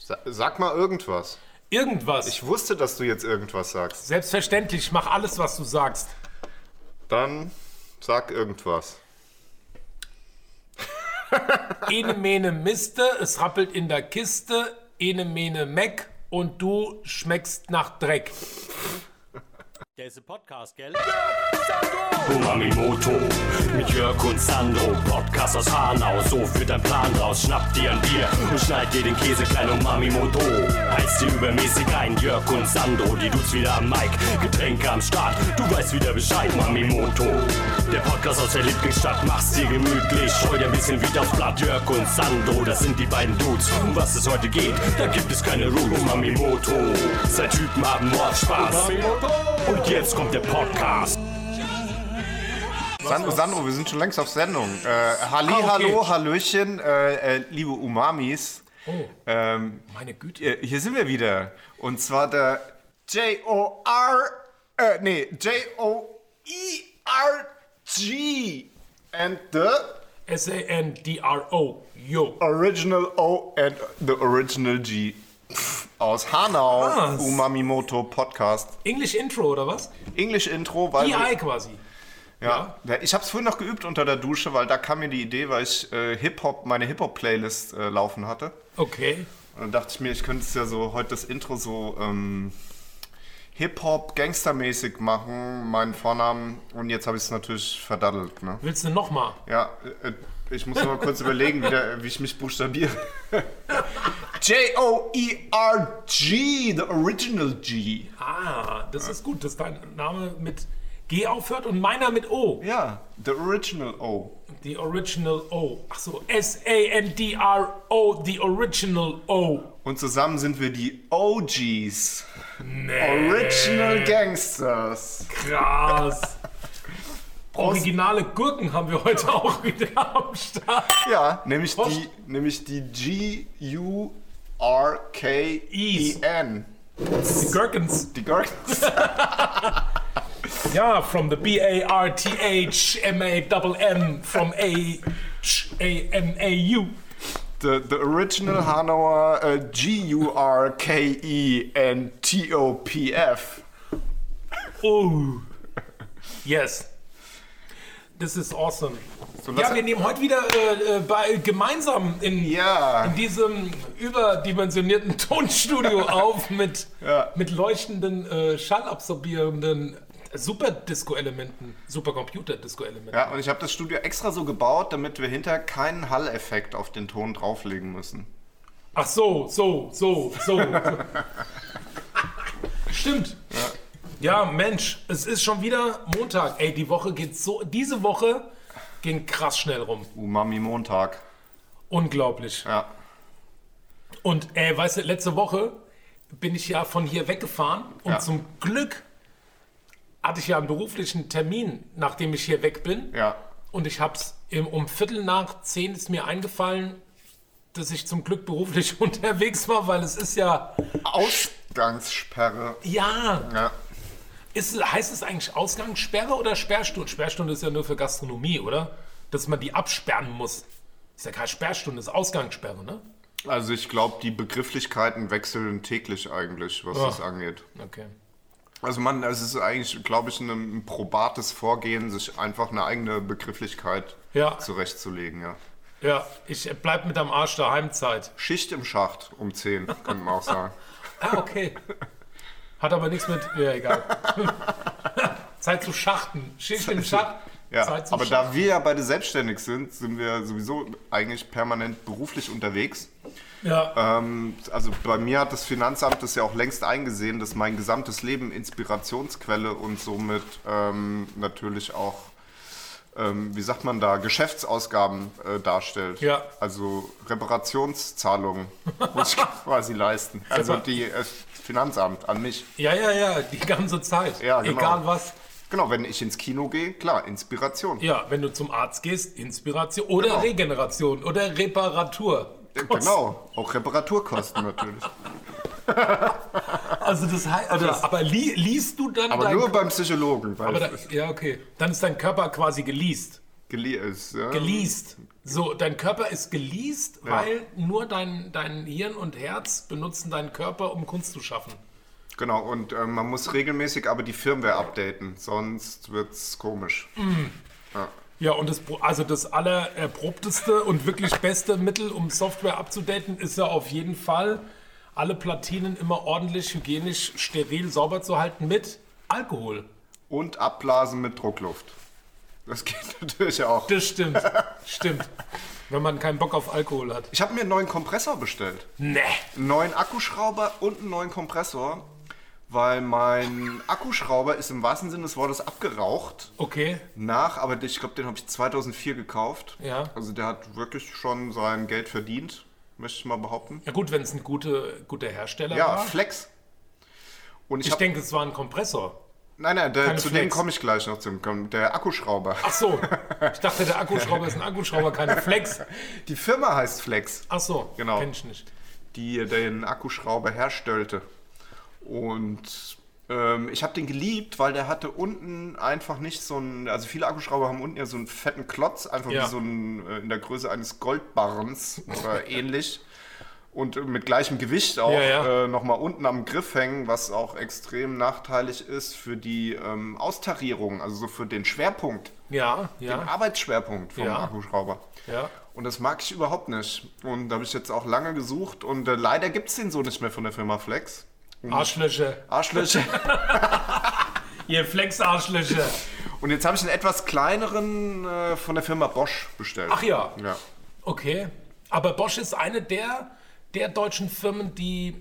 Sag mal irgendwas. Irgendwas. Ich wusste, dass du jetzt irgendwas sagst. Selbstverständlich, mach alles, was du sagst. Dann sag irgendwas. Ene mene Miste, es rappelt in der Kiste, ene mene Meck und du schmeckst nach Dreck. Der ist ein Podcast, gell? Umamimoto mit Jörg und Sandro. Podcast aus Hanau, so führt dein Plan raus. Schnapp dir ein Bier und schneid dir den Käse klein. Umamimoto heißt dir übermäßig ein. Jörg und Sandro, die Dudes wieder am Mic. Getränke am Start, du weißt wieder Bescheid. Umamimoto, der Podcast aus der Lieblingsstadt. Mach's dir gemütlich, scheu dir ein bisschen Weed aufs Blatt. Jörg und Sandro, das sind die beiden Dudes. Um was es heute geht, da gibt es keine Rules. Umamimoto, zwei Typen haben Mordspaß. Und jetzt kommt der Podcast. Sandro, wir sind schon längst auf Sendung. okay. Hallo, Hallöchen, liebe Umamis. Oh, meine Güte. Hier sind wir wieder. Und zwar der Joerg and the Sandro, yo. Original O and the Original G. Aus Hanau, Was? Umamimoto Podcast. English Intro oder was? English Intro, weil... EI quasi. Ja, ich habe es vorhin noch geübt unter der Dusche, weil da kam mir die Idee, weil ich meine Hip-Hop-Playlist laufen hatte. Okay. Und dann dachte ich mir, ich könnte es ja so heute das Intro so Hip-Hop gangstermäßig machen, meinen Vornamen. Und jetzt habe ich es natürlich verdaddelt. Ne? Willst du nochmal? Ja, ich muss noch mal kurz überlegen, wie ich mich buchstabiere. Joerg, the Original G. Ah, das ist gut, dass dein Name mit G aufhört und meiner mit O. Ja, the Original O. The Original O. Ach so, S-A-N-D-R-O, the Original O. Und zusammen sind wir die OGs. Nee. Original Gangsters. Krass. Originale Gurken haben wir heute auch wieder am Start. Ja, nämlich die G-U-R-K-E-N. Die Gurkens. Die Gurkens. Ja, from the B-A-R-T-H-M-A-N-N, from A-H-A-N-A-U. The original Hanauer G-U-R-K-E-N-T-O-P-F. Oh. Yes. This is awesome. So, Ja, wir nehmen heute wieder gemeinsam in diesem überdimensionierten Tonstudio auf mit leuchtenden, schallabsorbierenden Super-Disco-Elementen, Supercomputer-Disco-Elementen. Ja, und ich habe das Studio extra so gebaut, damit wir hinterher keinen Halleffekt auf den Ton drauflegen müssen. Ach so. Stimmt. Ja, Mensch, es ist schon wieder Montag. Ey, diese Woche ging krass schnell rum. Umami Montag. Unglaublich. Ja. Und weißt du, letzte Woche bin ich ja von hier weggefahren und zum Glück hatte ich ja einen beruflichen Termin, nachdem ich hier weg bin. Ja. Und ich hab's um 9:15 ist mir eingefallen, dass ich zum Glück beruflich unterwegs war, weil es ist ja... Ausgangssperre. Ja. Heißt es eigentlich Ausgangssperre oder Sperrstunde? Sperrstunde ist ja nur für Gastronomie, oder? Dass man die absperren muss. Ist ja keine Sperrstunde, ist Ausgangssperre, ne? Also ich glaube, die Begrifflichkeiten wechseln täglich eigentlich, was das angeht. Okay. Also es ist eigentlich, glaube ich, ein probates Vorgehen, sich einfach eine eigene Begrifflichkeit zurechtzulegen, ja. Ja, ich bleib mit am Arsch daheim Zeit. Schicht im Schacht um 10, könnte man auch sagen. Ah, okay. Hat aber nichts mit... Ja, egal. Zeit zu schachten. Schicht im Schacht. Ja, Zeit zu aber schachten. da wir ja beide selbstständig sind wir sowieso eigentlich permanent beruflich unterwegs. Ja. Also bei mir hat das Finanzamt das ja auch längst eingesehen, dass mein gesamtes Leben Inspirationsquelle und somit natürlich auch, wie sagt man da, Geschäftsausgaben darstellt. Ja. Also Reparationszahlungen muss ich quasi leisten. Also die Finanzamt an mich. Ja, die ganze Zeit. Ja, genau. Egal was. Genau, wenn ich ins Kino gehe, klar, Inspiration. Ja, wenn du zum Arzt gehst, Inspiration oder Regeneration oder Reparatur. Genau, auch Reparaturkosten natürlich. Also das heißt, aber liest du dann... Aber nur beim Psychologen. ja, okay. Dann ist dein Körper quasi geleast. Geleast. So, dein Körper ist geleast, weil nur dein Hirn und Herz benutzen deinen Körper, um Kunst zu schaffen. Genau, und man muss regelmäßig aber die Firmware updaten, sonst wird's komisch. Ja, und das allererprobteste und wirklich beste Mittel, um Software abzudaten, ist ja auf jeden Fall, alle Platinen immer ordentlich, hygienisch, steril, sauber zu halten mit Alkohol. Und abblasen mit Druckluft. Das geht natürlich auch. Das stimmt, wenn man keinen Bock auf Alkohol hat. Ich habe mir einen neuen Kompressor bestellt. Nee. Einen neuen Akkuschrauber und einen neuen Kompressor. Weil mein Akkuschrauber ist im wahrsten Sinne des Wortes abgeraucht. Okay. Aber ich glaube, den habe ich 2004 gekauft. Ja. Also der hat wirklich schon sein Geld verdient, möchte ich mal behaupten. Ja gut, wenn es ein guter Hersteller war. Ja, Flex. Und ich denke, es war ein Kompressor. Nein, zu dem komme ich gleich noch der Akkuschrauber. Ach so, ich dachte, der Akkuschrauber ist ein Akkuschrauber, keine Flex. Die Firma heißt Flex. Ach so, genau. Kenn ich nicht. Die den Akkuschrauber herstellte. Und ich habe den geliebt, weil der hatte unten einfach nicht so einen, also viele Akkuschrauber haben unten ja so einen fetten Klotz, einfach wie so ein, in der Größe eines Goldbarrens oder ähnlich. Und mit gleichem Gewicht auch nochmal unten am Griff hängen, was auch extrem nachteilig ist für die Austarierung, also so für den Schwerpunkt, den Arbeitsschwerpunkt vom Akkuschrauber. Ja. Und das mag ich überhaupt nicht. Und da habe ich jetzt auch lange gesucht und leider gibt es den so nicht mehr von der Firma Flex. Arschlöcher. Ihr Flex-Arschlöcher. Und jetzt habe ich einen etwas kleineren von der Firma Bosch bestellt. Ach ja. Okay. Aber Bosch ist eine der deutschen Firmen, die...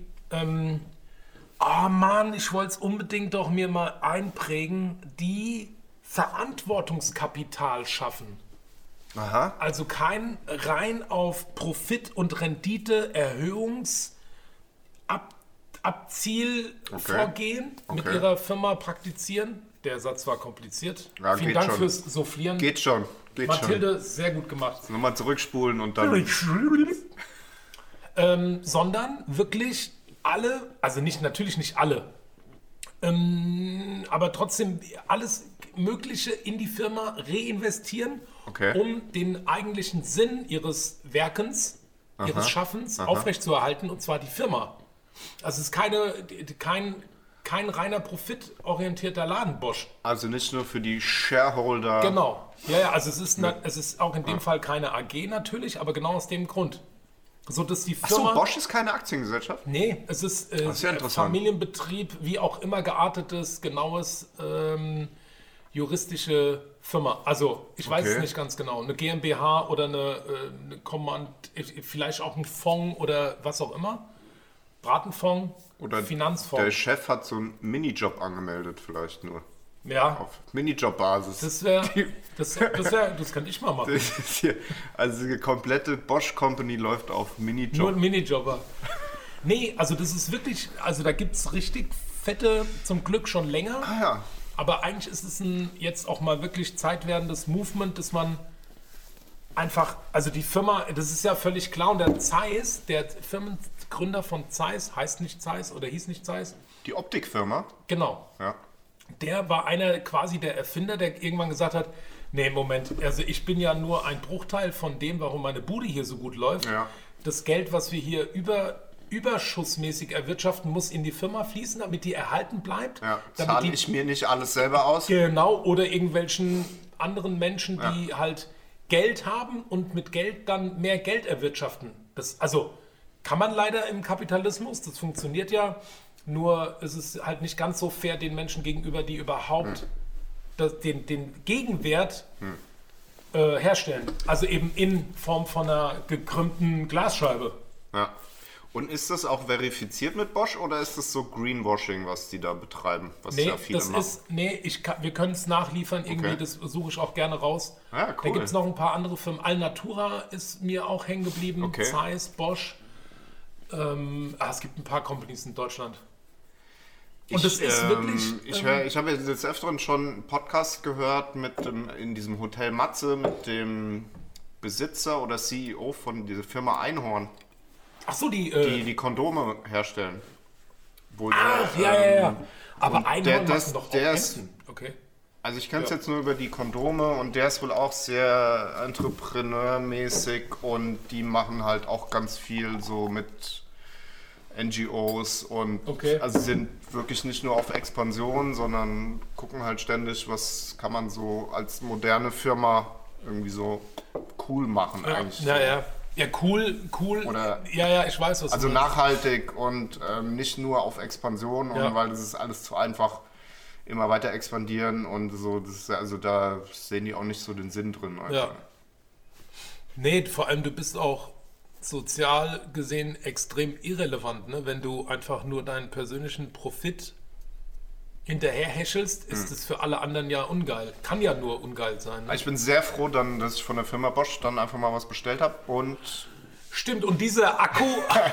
ich wollte es unbedingt doch mir mal einprägen, die Verantwortungskapital schaffen. Aha. Also kein rein auf Profit- und Rendite-Erhöhungsabzielvorgehen mit ihrer Firma praktizieren. Der Satz war kompliziert. Ja, vielen Dank fürs Soufflieren. Geht schon. Mathilde, sehr gut gemacht. Nochmal zurückspulen und dann... Sondern wirklich alle, also natürlich nicht alle, aber trotzdem alles Mögliche in die Firma reinvestieren, um den eigentlichen Sinn ihres Werkens, ihres Schaffens aufrechtzuerhalten, und zwar die Firma. Also es ist kein reiner profitorientierter Laden, Bosch. Also nicht nur für die Shareholder. Genau. Ja, also es ist auch in dem Fall keine AG natürlich, aber genau aus dem Grund. So, dass die Firma, Bosch ist keine Aktiengesellschaft? Nee, es ist Familienbetrieb, wie auch immer geartetes, genaues juristische Firma. Also, ich weiß es nicht ganz genau. Eine GmbH oder eine vielleicht auch ein Fonds oder was auch immer. Bratenfonds oder Finanzfonds. Der Chef hat so einen Minijob angemeldet, vielleicht nur. Ja. Auf Minijob-Basis. Das könnte ich mal machen. Also die komplette Bosch Company läuft auf Minijob. Nur ein Minijobber. Nee, also das ist wirklich, also da gibt es richtig fette, zum Glück schon länger. Ah ja. Aber eigentlich ist es jetzt auch mal wirklich zeitwerdendes Movement, dass man einfach, also die Firma, das ist ja völlig klar, und der Zeiss, der Firmengründer von Zeiss, hieß nicht Zeiss. Die Optikfirma? Genau. Ja. Der war einer quasi der Erfinder, der irgendwann gesagt hat, nee, Moment, also ich bin ja nur ein Bruchteil von dem, warum meine Bude hier so gut läuft. Ja. Das Geld, was wir hier überschussmäßig erwirtschaften, muss in die Firma fließen, damit die erhalten bleibt. Ja, zahle ich mir nicht alles selber aus. Genau, oder irgendwelchen anderen Menschen, die halt Geld haben und mit Geld dann mehr Geld erwirtschaften. Also kann man leider im Kapitalismus, das funktioniert ja. Nur es ist halt nicht ganz so fair den Menschen gegenüber, die überhaupt den Gegenwert herstellen. Also eben in Form von einer gekrümmten Glasscheibe. Ja. Und ist das auch verifiziert mit Bosch oder ist das so Greenwashing, was die da betreiben? Was ja viele machen? Wir können es nachliefern, irgendwie, das suche ich auch gerne raus. Ja, cool. Da gibt es noch ein paar andere Firmen. Alnatura ist mir auch hängen geblieben, Zeiss, Bosch. Es gibt ein paar Companies in Deutschland. Und das ist wirklich... Ich habe jetzt des Öfteren schon einen Podcast gehört in diesem Hotel Matze mit dem Besitzer oder CEO von dieser Firma Einhorn. Ach so, die Kondome herstellen. Ja. Aber Einhorn machen doch auch Hemden. Okay. Also ich kenne es jetzt nur über die Kondome und der ist wohl auch sehr entrepreneurmäßig und die machen halt auch ganz viel so mit NGOs und also sind wirklich nicht nur auf Expansion, sondern gucken halt ständig, was kann man so als moderne Firma irgendwie so cool machen eigentlich. Ja, cool. Oder, ja, ich weiß, was also du meinst. nachhaltig und nicht nur auf Expansion, und weil das ist alles zu einfach, immer weiter expandieren und so. Das ist, also da sehen die auch nicht so den Sinn drin. Alter. Ja. Nee, vor allem du bist auch sozial gesehen extrem irrelevant, ne? Wenn du einfach nur deinen persönlichen Profit hinterherhäschelst, ist es für alle anderen ja ungeil. Kann ja nur ungeil sein. Ne? Ich bin sehr froh, dann, dass ich von der Firma Bosch dann einfach mal was bestellt habe und... Stimmt, und dieser Akku...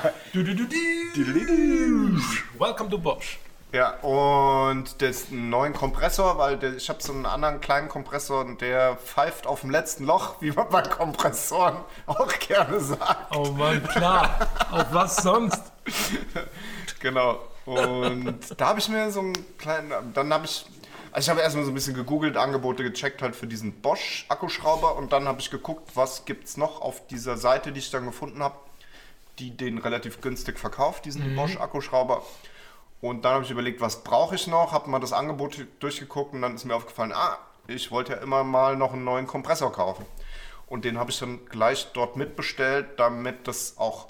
Welcome to Bosch. Ja, und den neuen Kompressor, weil ich habe so einen anderen kleinen Kompressor und der pfeift auf dem letzten Loch, wie man bei Kompressoren auch gerne sagt. Oh Mann, klar. Auf was sonst? Genau. Und da habe ich mir so einen kleinen, ich habe erstmal so ein bisschen gegoogelt, Angebote gecheckt halt für diesen Bosch-Akkuschrauber und dann habe ich geguckt, was gibt es noch auf dieser Seite, die ich dann gefunden habe, die den relativ günstig verkauft, diesen Bosch-Akkuschrauber. Und dann habe ich überlegt, was brauche ich noch, habe mal das Angebot durchgeguckt und dann ist mir aufgefallen, ich wollte ja immer mal noch einen neuen Kompressor kaufen. Und den habe ich dann gleich dort mitbestellt, damit das auch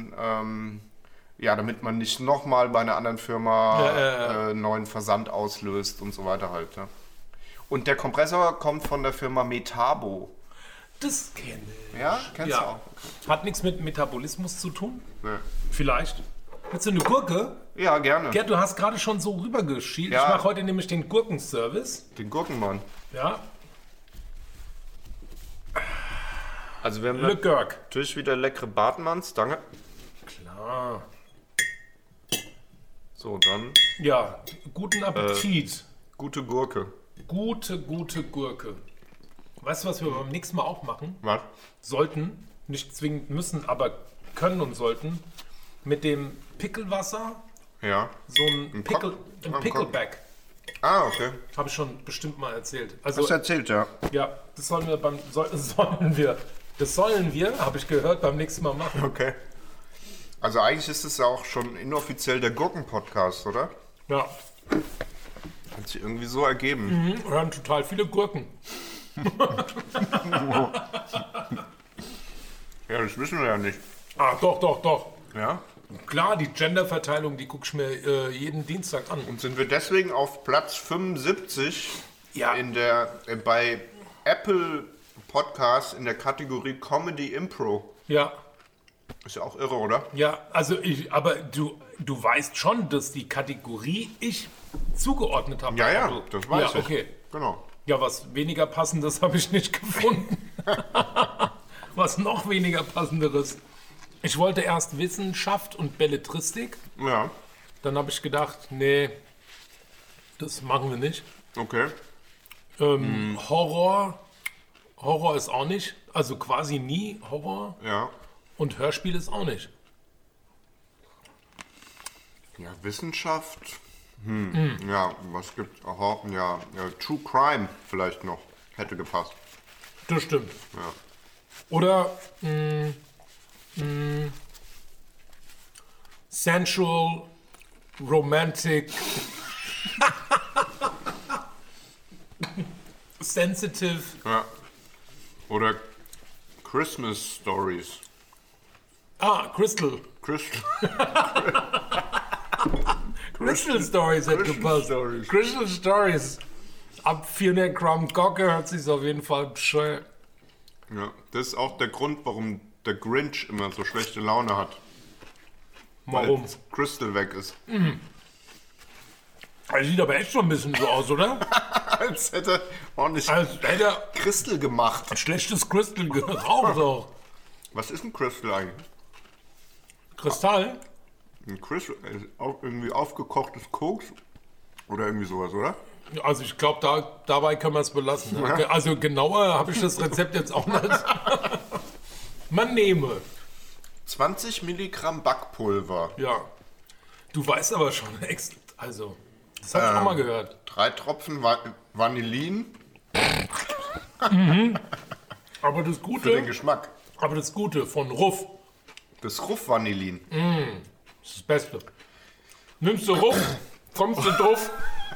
damit man nicht nochmal bei einer anderen Firma neuen Versand auslöst und so weiter halt. Ja. Und der Kompressor kommt von der Firma Metabo. Das kenne ich. Ja, kennst du auch. Hat nichts mit Metabolismus zu tun? Nee. Vielleicht. Willst du eine Gurke? Ja, gerne. Gerd, du hast gerade schon so rübergeschielt. Ja. Ich mache heute nämlich den Gurkenservice. Den Gurkenmann. Ja. Also wir haben Le Gurk. natürlich wieder leckere Bartmanns, danke. Klar. So, dann Ja, guten Appetit. gute Gurke. Gute Gurke. Weißt du, was wir beim nächsten Mal auch machen? Was? Sollten, nicht zwingend müssen, aber können und sollten, mit dem Pickelwasser Ja. so ein Pickleback. Ah, okay. Habe ich schon bestimmt mal erzählt. Also, Hast du erzählt, ja. ja, das sollen wir, habe ich gehört, beim nächsten Mal machen. Okay. Also eigentlich ist es ja auch schon inoffiziell der Gurken-Podcast, oder? Ja, Hat sich irgendwie so ergeben. hören total viele Gurken. Ja, das wissen wir ja nicht. Ah, doch. Ja? Klar, die Genderverteilung, die gucke ich mir jeden Dienstag an. Und sind wir deswegen auf Platz 75 Ja. Bei Apple Podcasts in der Kategorie Comedy Impro. Ja, Ist ja auch irre, oder? ja, also aber du weißt schon, dass die Kategorie ich zugeordnet habe. Ja, Also, das weiß ich. Ja, okay. Genau. Ja, was weniger passendes habe ich nicht gefunden. Was noch weniger passenderes. Ich wollte erst Wissenschaft und Belletristik. Ja, Dann habe ich gedacht, nee, das machen wir nicht. okay. Horror ist auch nicht. Also quasi nie Horror. Ja. Und Hörspiel ist auch nicht. Ja, Wissenschaft. Ja, was gibt's? Aha, ja, True Crime vielleicht noch. Hätte gepasst. Das stimmt. Ja. Oder sensual, romantic, sensitive. Ja. Oder Christmas Stories. Crystal. Crystal Stories hätte gepasst. Stories. Crystal Stories. Ab 400 Gramm Gocke hört sich auf jeden Fall bescheuert. Ja, das ist auch der Grund, warum der Grinch immer so schlechte Laune hat. Warum? Weil Crystal weg ist. Also sieht aber echt schon ein bisschen so aus, oder? Als hätte er ordentlich Als hätte er Crystal gemacht. ein schlechtes Crystal geraucht auch. Was ist ein Crystal eigentlich? Kristall? Ein Crystal ist auch irgendwie aufgekochtes Koks oder irgendwie sowas, oder? Also ich glaube, dabei können wir es belassen. Ne? Ja. Also genauer habe ich das Rezept jetzt auch nicht. Man nehme. 20 Milligramm Backpulver. Ja. Du weißt aber schon, also Das habe ich auch mal gehört. 3 Tropfen Vanillin Aber das für den Gute, Geschmack. von Ruff Das Ruff-Vanillin. ist das Beste. Nimmst du Ruff, kommst du drauf.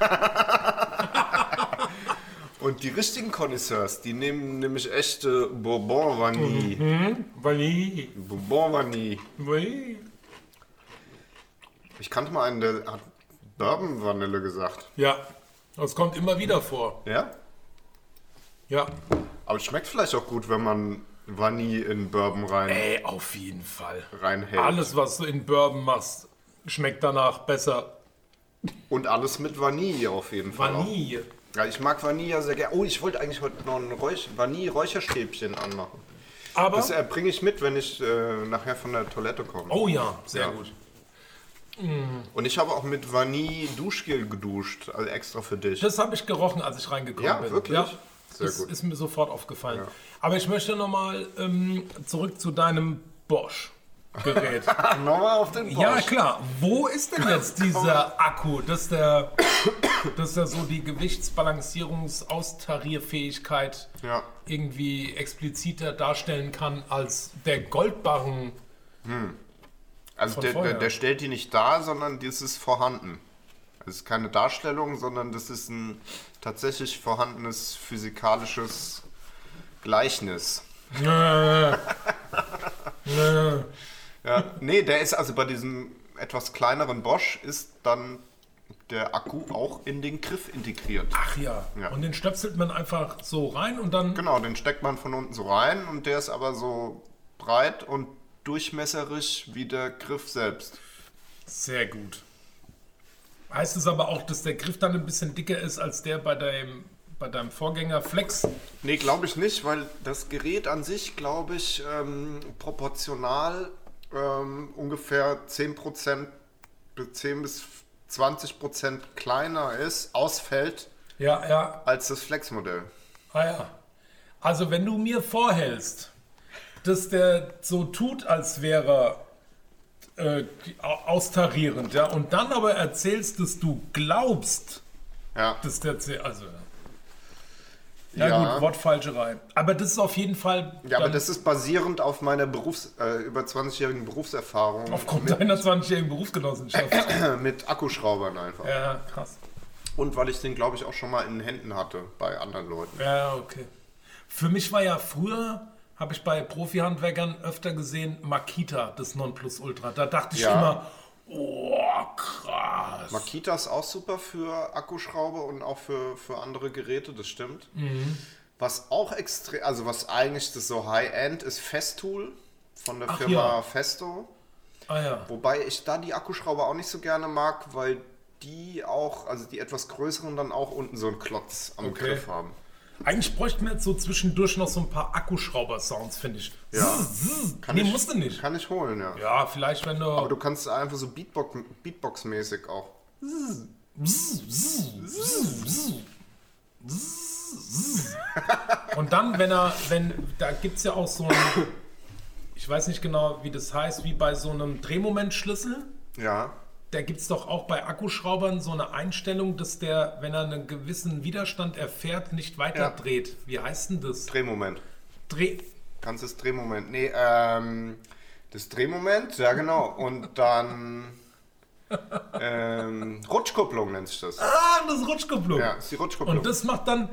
Und die richtigen Connoisseurs, die nehmen nämlich echte Bourbon Vanille. Vanille. Bourbon Vanille. Vanille. Ich kannte mal einen, der hat Bourbon Vanille gesagt. Ja, das kommt immer wieder vor. Ja? Ja. Aber es schmeckt vielleicht auch gut, wenn man Vanille in Bourbon Ey, auf jeden Fall. reinhält. Alles, was du in Bourbon machst, schmeckt danach besser. Und alles mit Vanille auf jeden Fall. Vanille. Auch. Ja, ich mag Vanille ja sehr gerne. Oh, ich wollte eigentlich heute noch ein Vanille-Räucherstäbchen anmachen. Aber, Das bringe ich mit, wenn ich nachher von der Toilette komme. oh ja, sehr Ja. gut. Und ich habe auch mit Vanille Duschgel geduscht, also extra für dich. Das habe ich gerochen, als ich reingekommen Ja, bin. wirklich? Sehr das gut. ist mir sofort aufgefallen. Aber ich möchte nochmal zurück zu deinem Bosch-Gerät. Nochmal auf den Bosch. Ja, klar. Wo ist denn jetzt dieser Akku, dass der so die Gewichtsbalancierungs-Austarierfähigkeit Ja. irgendwie expliziter darstellen kann als der Goldbarren? Also von vorher. der stellt die nicht dar, sondern das ist vorhanden. Es ist keine Darstellung, sondern das ist ein tatsächlich vorhandenes physikalisches Gleichnis. Ja, nee, der ist also bei diesem etwas kleineren Bosch ist dann der Akku auch in den Griff integriert. Ach ja. Ja. Und den stöpselt man einfach so rein und dann... Genau, den steckt man von unten so rein und der ist aber so breit und durchmesserisch wie der Griff selbst. Sehr gut. Heißt es aber auch, dass der Griff dann ein bisschen dicker ist als der bei deinem Vorgänger Flex? Nee, glaube ich nicht, weil das Gerät an sich, glaube ich, proportional ungefähr 10% bis 10 bis 20% kleiner ist, ausfällt Ja, ja. als das Flex-Modell. Ah ja. Also wenn du mir vorhältst, dass der so tut, als wäre austarierend, ja, und dann aber erzählst, dass du glaubst, Ja, dass der... Also, ja, gut, Wortfalscherei. Aber das ist auf jeden Fall... ja, aber dann das ist basierend auf meiner über 20-jährigen Berufserfahrung aufgrund deiner 20-jährigen Berufsgenossenschaft. mit Akkuschraubern einfach. Ja, krass. Und weil ich den, glaube ich, auch schon mal in den Händen hatte bei anderen Leuten. Ja, okay. Für mich war ja früher, habe ich bei Profi-Handwerkern öfter gesehen, Makita, das Nonplusultra. Da dachte ich Ja. immer, oh, krass. Makita ist auch super für Akkuschrauber und auch für andere Geräte, das stimmt. Was auch extrem, also was eigentlich das so High-End ist, Festool von der Ach Firma ja. Festo. Ah ja, Wobei ich da die Akkuschrauber auch nicht so gerne mag, weil die auch, also die etwas größeren dann auch unten so einen Klotz am Okay. Griff haben. eigentlich bräuchten wir jetzt so zwischendurch noch so ein paar Akkuschrauber-Sounds, finde ich. Ja. Nee, musst du nicht. Kann ich holen, ja. Ja, vielleicht wenn Aber du... du kannst einfach so Beatbox-mäßig auch. Und dann, da gibt es ja auch so ein, ich weiß nicht genau, wie das heißt, wie bei so einem Drehmomentschlüssel. Ja. Da gibt es doch auch bei Akkuschraubern so eine Einstellung, dass der, wenn er einen gewissen Widerstand erfährt, nicht weiter Ja. dreht. Wie heißt denn das? Drehmoment. Dreh. Kannst das Drehmoment. Nee, das Drehmoment, ja genau. Und dann Rutschkupplung nennt sich das. Ah, das ist Rutschkupplung. Ja, ist die Rutschkupplung. Und das macht dann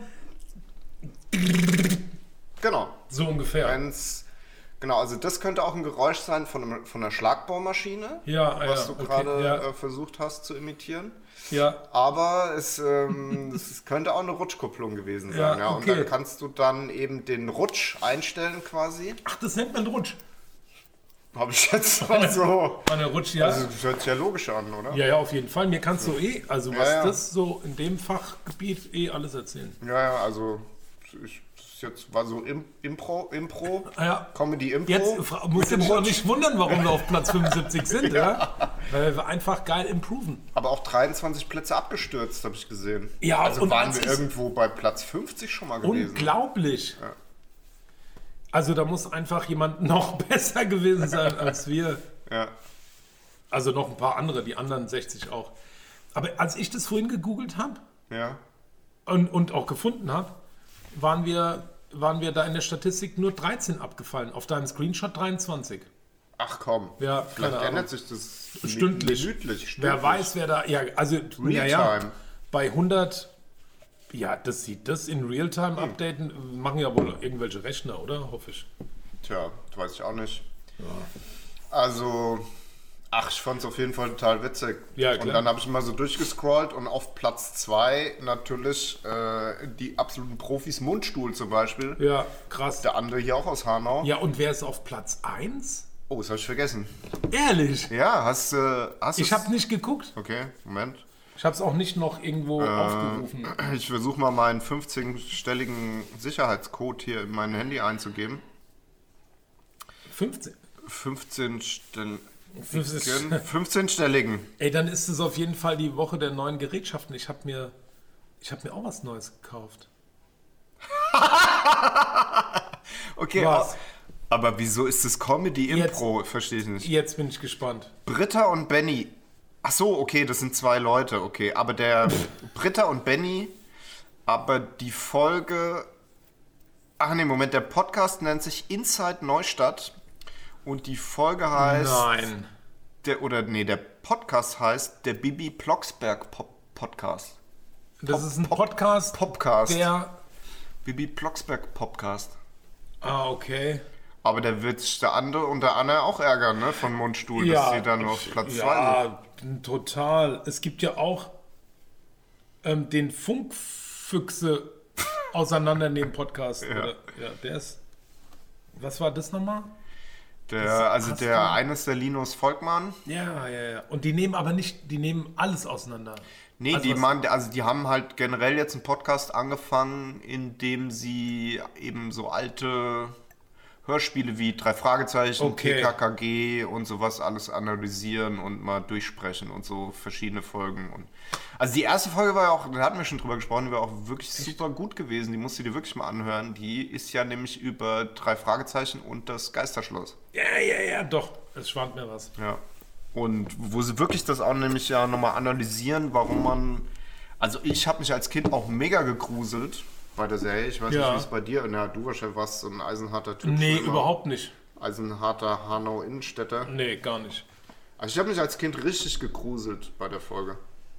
genau. so ungefähr. Genau, also das könnte auch ein Geräusch sein von einer Schlagbohrmaschine, Ja, was ja, du okay, gerade ja. versucht hast zu imitieren. Ja, Aber es könnte auch eine Rutschkupplung gewesen sein. Ja, Ja, Und okay. dann kannst du dann eben den Rutsch einstellen quasi. ach, das nennt man Rutsch. Habe ich jetzt mal so. Eine Rutsch, ja. Also das hört sich ja logisch an, oder? Ja, auf jeden Fall. Mir kannst du also was ja. das so in dem Fachgebiet alles erzählen. Ja, also war so Impro, Ja. Comedy-Impro. Jetzt musst du dich auch nicht wundern, warum wir auf Platz 75 sind, ja? Weil wir einfach geil improven. Aber auch 23 Plätze abgestürzt, habe ich gesehen. Ja, also und waren als wir ich- irgendwo bei Platz 50 schon mal gewesen. Unglaublich. Also da muss einfach jemand noch besser gewesen sein als wir. Ja. Also noch ein paar andere, die anderen 60 auch. Aber als ich das vorhin gegoogelt habe Ja. und auch gefunden habe, waren wir da in der Statistik nur 13 abgefallen. Auf deinem Screenshot 23. Ach komm. Ja, Vielleicht keine ändert sich das Stündlich. minütlich. Wer weiß, wer da. Ja, also, Realtime. bei 100. Ja, dass sie das in Realtime updaten, machen ja wohl irgendwelche Rechner, oder? Hoffe ich. Tja, das weiß ich auch nicht. Ja. Also, ich fand es auf jeden Fall total witzig. Ja, klar. Und dann habe ich mal so durchgescrollt und auf Platz 2 natürlich die absoluten Profis, Mundstuhl zum Beispiel. Ja, krass. Der andere hier auch aus Hanau. Ja, und wer ist auf Platz 1? Oh, das habe ich vergessen. Ehrlich? Ja, hast du... Ich habe nicht geguckt. Okay, Moment. Ich habe es auch nicht noch irgendwo aufgerufen. Ich versuche mal meinen 15-stelligen Sicherheitscode hier in mein Handy einzugeben. 15? 15-stelligen. Ey, dann ist es auf jeden Fall die Woche der neuen Gerätschaften. Ich hab mir auch was Neues gekauft. Okay, Was? aber wieso ist das Comedy-Impro? Verstehe ich nicht. Jetzt bin ich gespannt. Britta und Benny. Ach so, okay, das sind 2 Leute, okay. Aber der Britta und Benny, aber die Folge... Ach nee, Moment, der Podcast nennt sich Inside Neustadt und die Folge heißt... Nein. Der Podcast heißt der Bibi Blocksberg Podcast. Das ist ein Podcast, der... Bibi Blocksberg Podcast. Ah, okay. Aber der wird sich der andere und der Anne auch ärgern, ne? Von Mundstuhl, dass sie dann auf Platz 2 sind. Ja, total. Es gibt ja auch den Funkfüchse auseinandernehmen Podcast. Ja. Der ist... Was war das nochmal? Der eine ist der Linus Volkmann. Ja. Und die nehmen aber nicht... Die nehmen alles auseinander. Nee, Also die haben halt generell jetzt einen Podcast angefangen, in dem sie eben so alte Hörspiele wie 3 Fragezeichen, Okay. TKKG und sowas alles analysieren und mal durchsprechen und so verschiedene Folgen. Und also die erste Folge war ja auch, da hatten wir schon drüber gesprochen, die war auch wirklich super gut gewesen. Die musst du dir wirklich mal anhören. Die ist ja nämlich über 3 Fragezeichen und das Geisterschloss. Ja, doch. Es schwant mir was. Ja. Und wo sie wirklich das auch nämlich ja nochmal analysieren, warum man... Also ich habe mich als Kind auch mega gegruselt bei der Serie. Ich weiß nicht, wie es bei dir... Na, du wahrscheinlich warst so ein eisenharter Typ. Nee, überhaupt nicht. Eisenharter Hanau-Innenstädter. Nee, gar nicht. Also ich habe mich als Kind richtig gegruselt bei der Folge.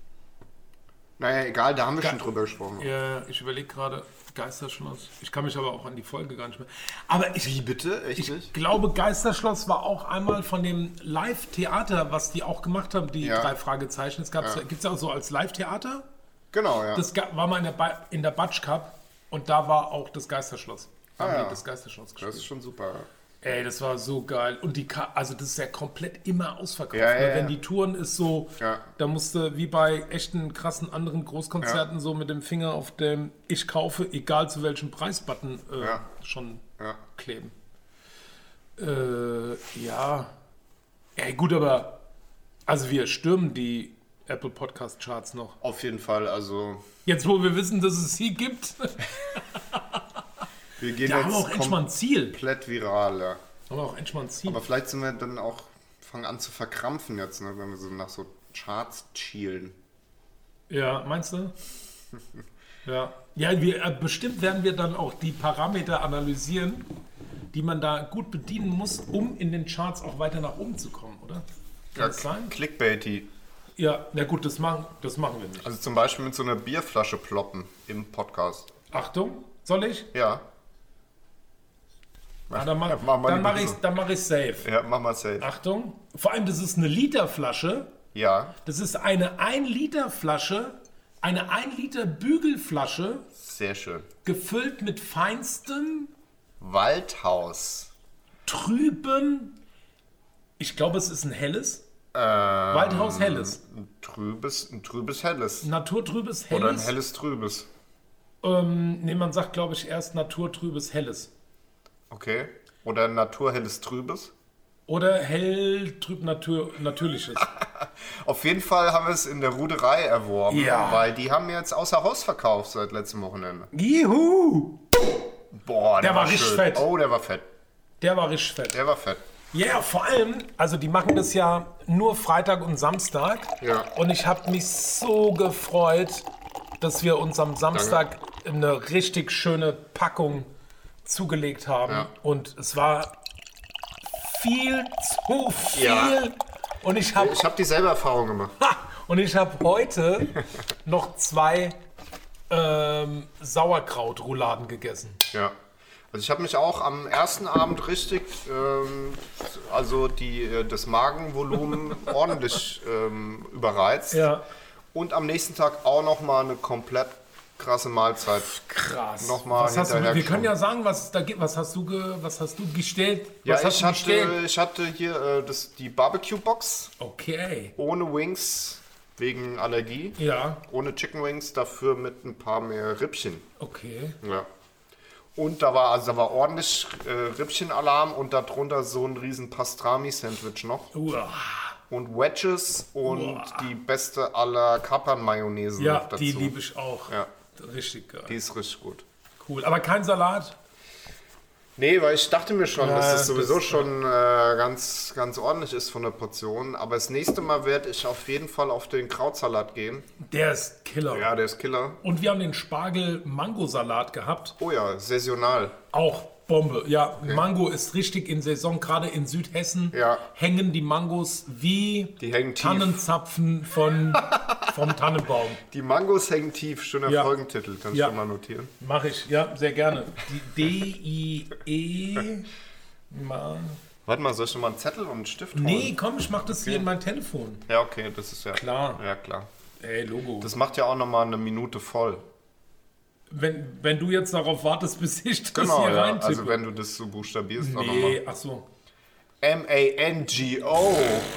Naja, egal, da haben wir schon drüber gesprochen. Ja, ich überlege gerade, Geisterschloss. Ich kann mich aber auch an die Folge gar nicht mehr... Aber Wie bitte? Echt ich nicht? glaube, Geisterschloss war auch einmal von dem Live-Theater, was die auch gemacht haben, die 3 Fragezeichen. Gibt es ja auch so als Live-Theater. Genau, ja. Das war mal in der Batsch Cup und da war auch das Geisterschloss. Haben die das Geisterschloss gespielt. Das ist schon super. Ey, das war so geil. Und also das ist ja komplett immer ausverkauft. Ja, ne? ja. Wenn die Touren ist so, Ja. da musste wie bei echten krassen anderen Großkonzerten so mit dem Finger auf dem Ich kaufe, egal zu welchem Preis-Button schon kleben. Ja. Ey, gut, aber also wir stürmen die Apple Podcast Charts noch. Auf jeden Fall, also... Jetzt, wo wir wissen, dass es sie gibt, Wir gehen da jetzt haben wir auch endlich mal ein Ziel. komplett viral, ja. Haben wir auch endlich mal ein Ziel. Aber vielleicht sind wir dann auch, fangen an zu verkrampfen jetzt, ne, wenn wir so nach so Charts schielen. Ja, meinst du? Ja, bestimmt werden wir dann auch die Parameter analysieren, die man da gut bedienen muss, um in den Charts auch weiter nach oben zu kommen, oder? Kann das sein? Clickbaity. Ja, na gut, das machen wir nicht. Also zum Beispiel mit so einer Bierflasche ploppen im Podcast. Achtung, soll ich? Ja. Ja, dann mache ich safe. Ja, mach mal safe. Achtung, vor allem das ist eine Literflasche. Ja, Das ist eine 1 Liter Flasche, eine 1 Liter Bügelflasche, sehr schön. gefüllt mit feinstem, Waldhaus. trübem, ich glaube es ist ein helles, Waldhaus helles, Ein trübes Helles. naturtrübes Oder ein helles. helles Trübes. Nee, man sagt glaube ich erst naturtrübes helles. Okay. Oder ein naturhelles Trübes. Oder hell trüb natürliches. Auf jeden Fall haben wir es in der Ruderei erworben, Ja. weil die haben jetzt außer Haus verkauft seit letztem Wochenende. Juhu! Boah, Der war richtig schön. fett. Oh, der war fett. Der war richtig fett. Der war fett. Ja, vor allem, also die machen das ja nur Freitag und Samstag. Ja. Und ich habe mich so gefreut, dass wir uns am Samstag eine richtig schöne Packung zugelegt haben. Ja. Und es war viel zu viel. Ja. Und ich habe dieselbe Erfahrung gemacht. und ich habe heute noch 2 Sauerkrautrouladen gegessen. Ja. Also ich habe mich auch am ersten Abend richtig, das Magenvolumen ordentlich überreizt. Ja. Und am nächsten Tag auch nochmal eine komplett krasse Mahlzeit. Krass. Nochmal Was hast du, hinterher wir können geschoben. ja sagen, was es da gibt. Was hast du gestellt? Ja, Was hast du gestellt? ich hatte hier die Barbecue-Box Okay. ohne Wings wegen Allergie. Ja. Ohne Chicken Wings, dafür mit ein paar mehr Rippchen. Okay. Ja. Und da war ordentlich Rippchenalarm und darunter so ein riesen Pastrami-Sandwich noch. Uah. Und Wedges und die beste aller Kapern-Mayonnaise Ja, noch dazu. die liebe ich auch. Ja. Richtig geil. Die ist richtig gut. Cool. Aber kein Salat? Nee, weil ich dachte mir schon, Ja, dass das sowieso das- schon ganz, ganz ordentlich ist von der Portion. Aber das nächste Mal werde ich auf jeden Fall auf den Krautsalat gehen. Der ist Killer. Ja, der ist Killer. Und wir haben den Spargel-Mango-Salat gehabt. Oh ja, saisonal. Auch Bombe. Ja, Mango ist richtig in Saison. Gerade in Südhessen Ja. hängen die Mangos wie Die hängen tief. Tannenzapfen vom Tannenbaum. Die Mangos hängen tief. Schöner Ja. Folgentitel, kannst Ja. du mal notieren. Mache ich, ja, sehr gerne. Die DIE. Warte mal, soll ich noch mal einen Zettel und einen Stift holen? Nee, komm, ich mach das hier in mein Telefon. Ja, okay, das ist ja... Klar. Ja, klar. Ey, Logo. Das macht ja auch noch mal eine Minute voll. Wenn du jetzt darauf wartest, bis ich das Genau, hier ja. reintippe. Also wenn du das so buchstabierst, auch Nee, nochmal. ach so. M-A-N-G-O.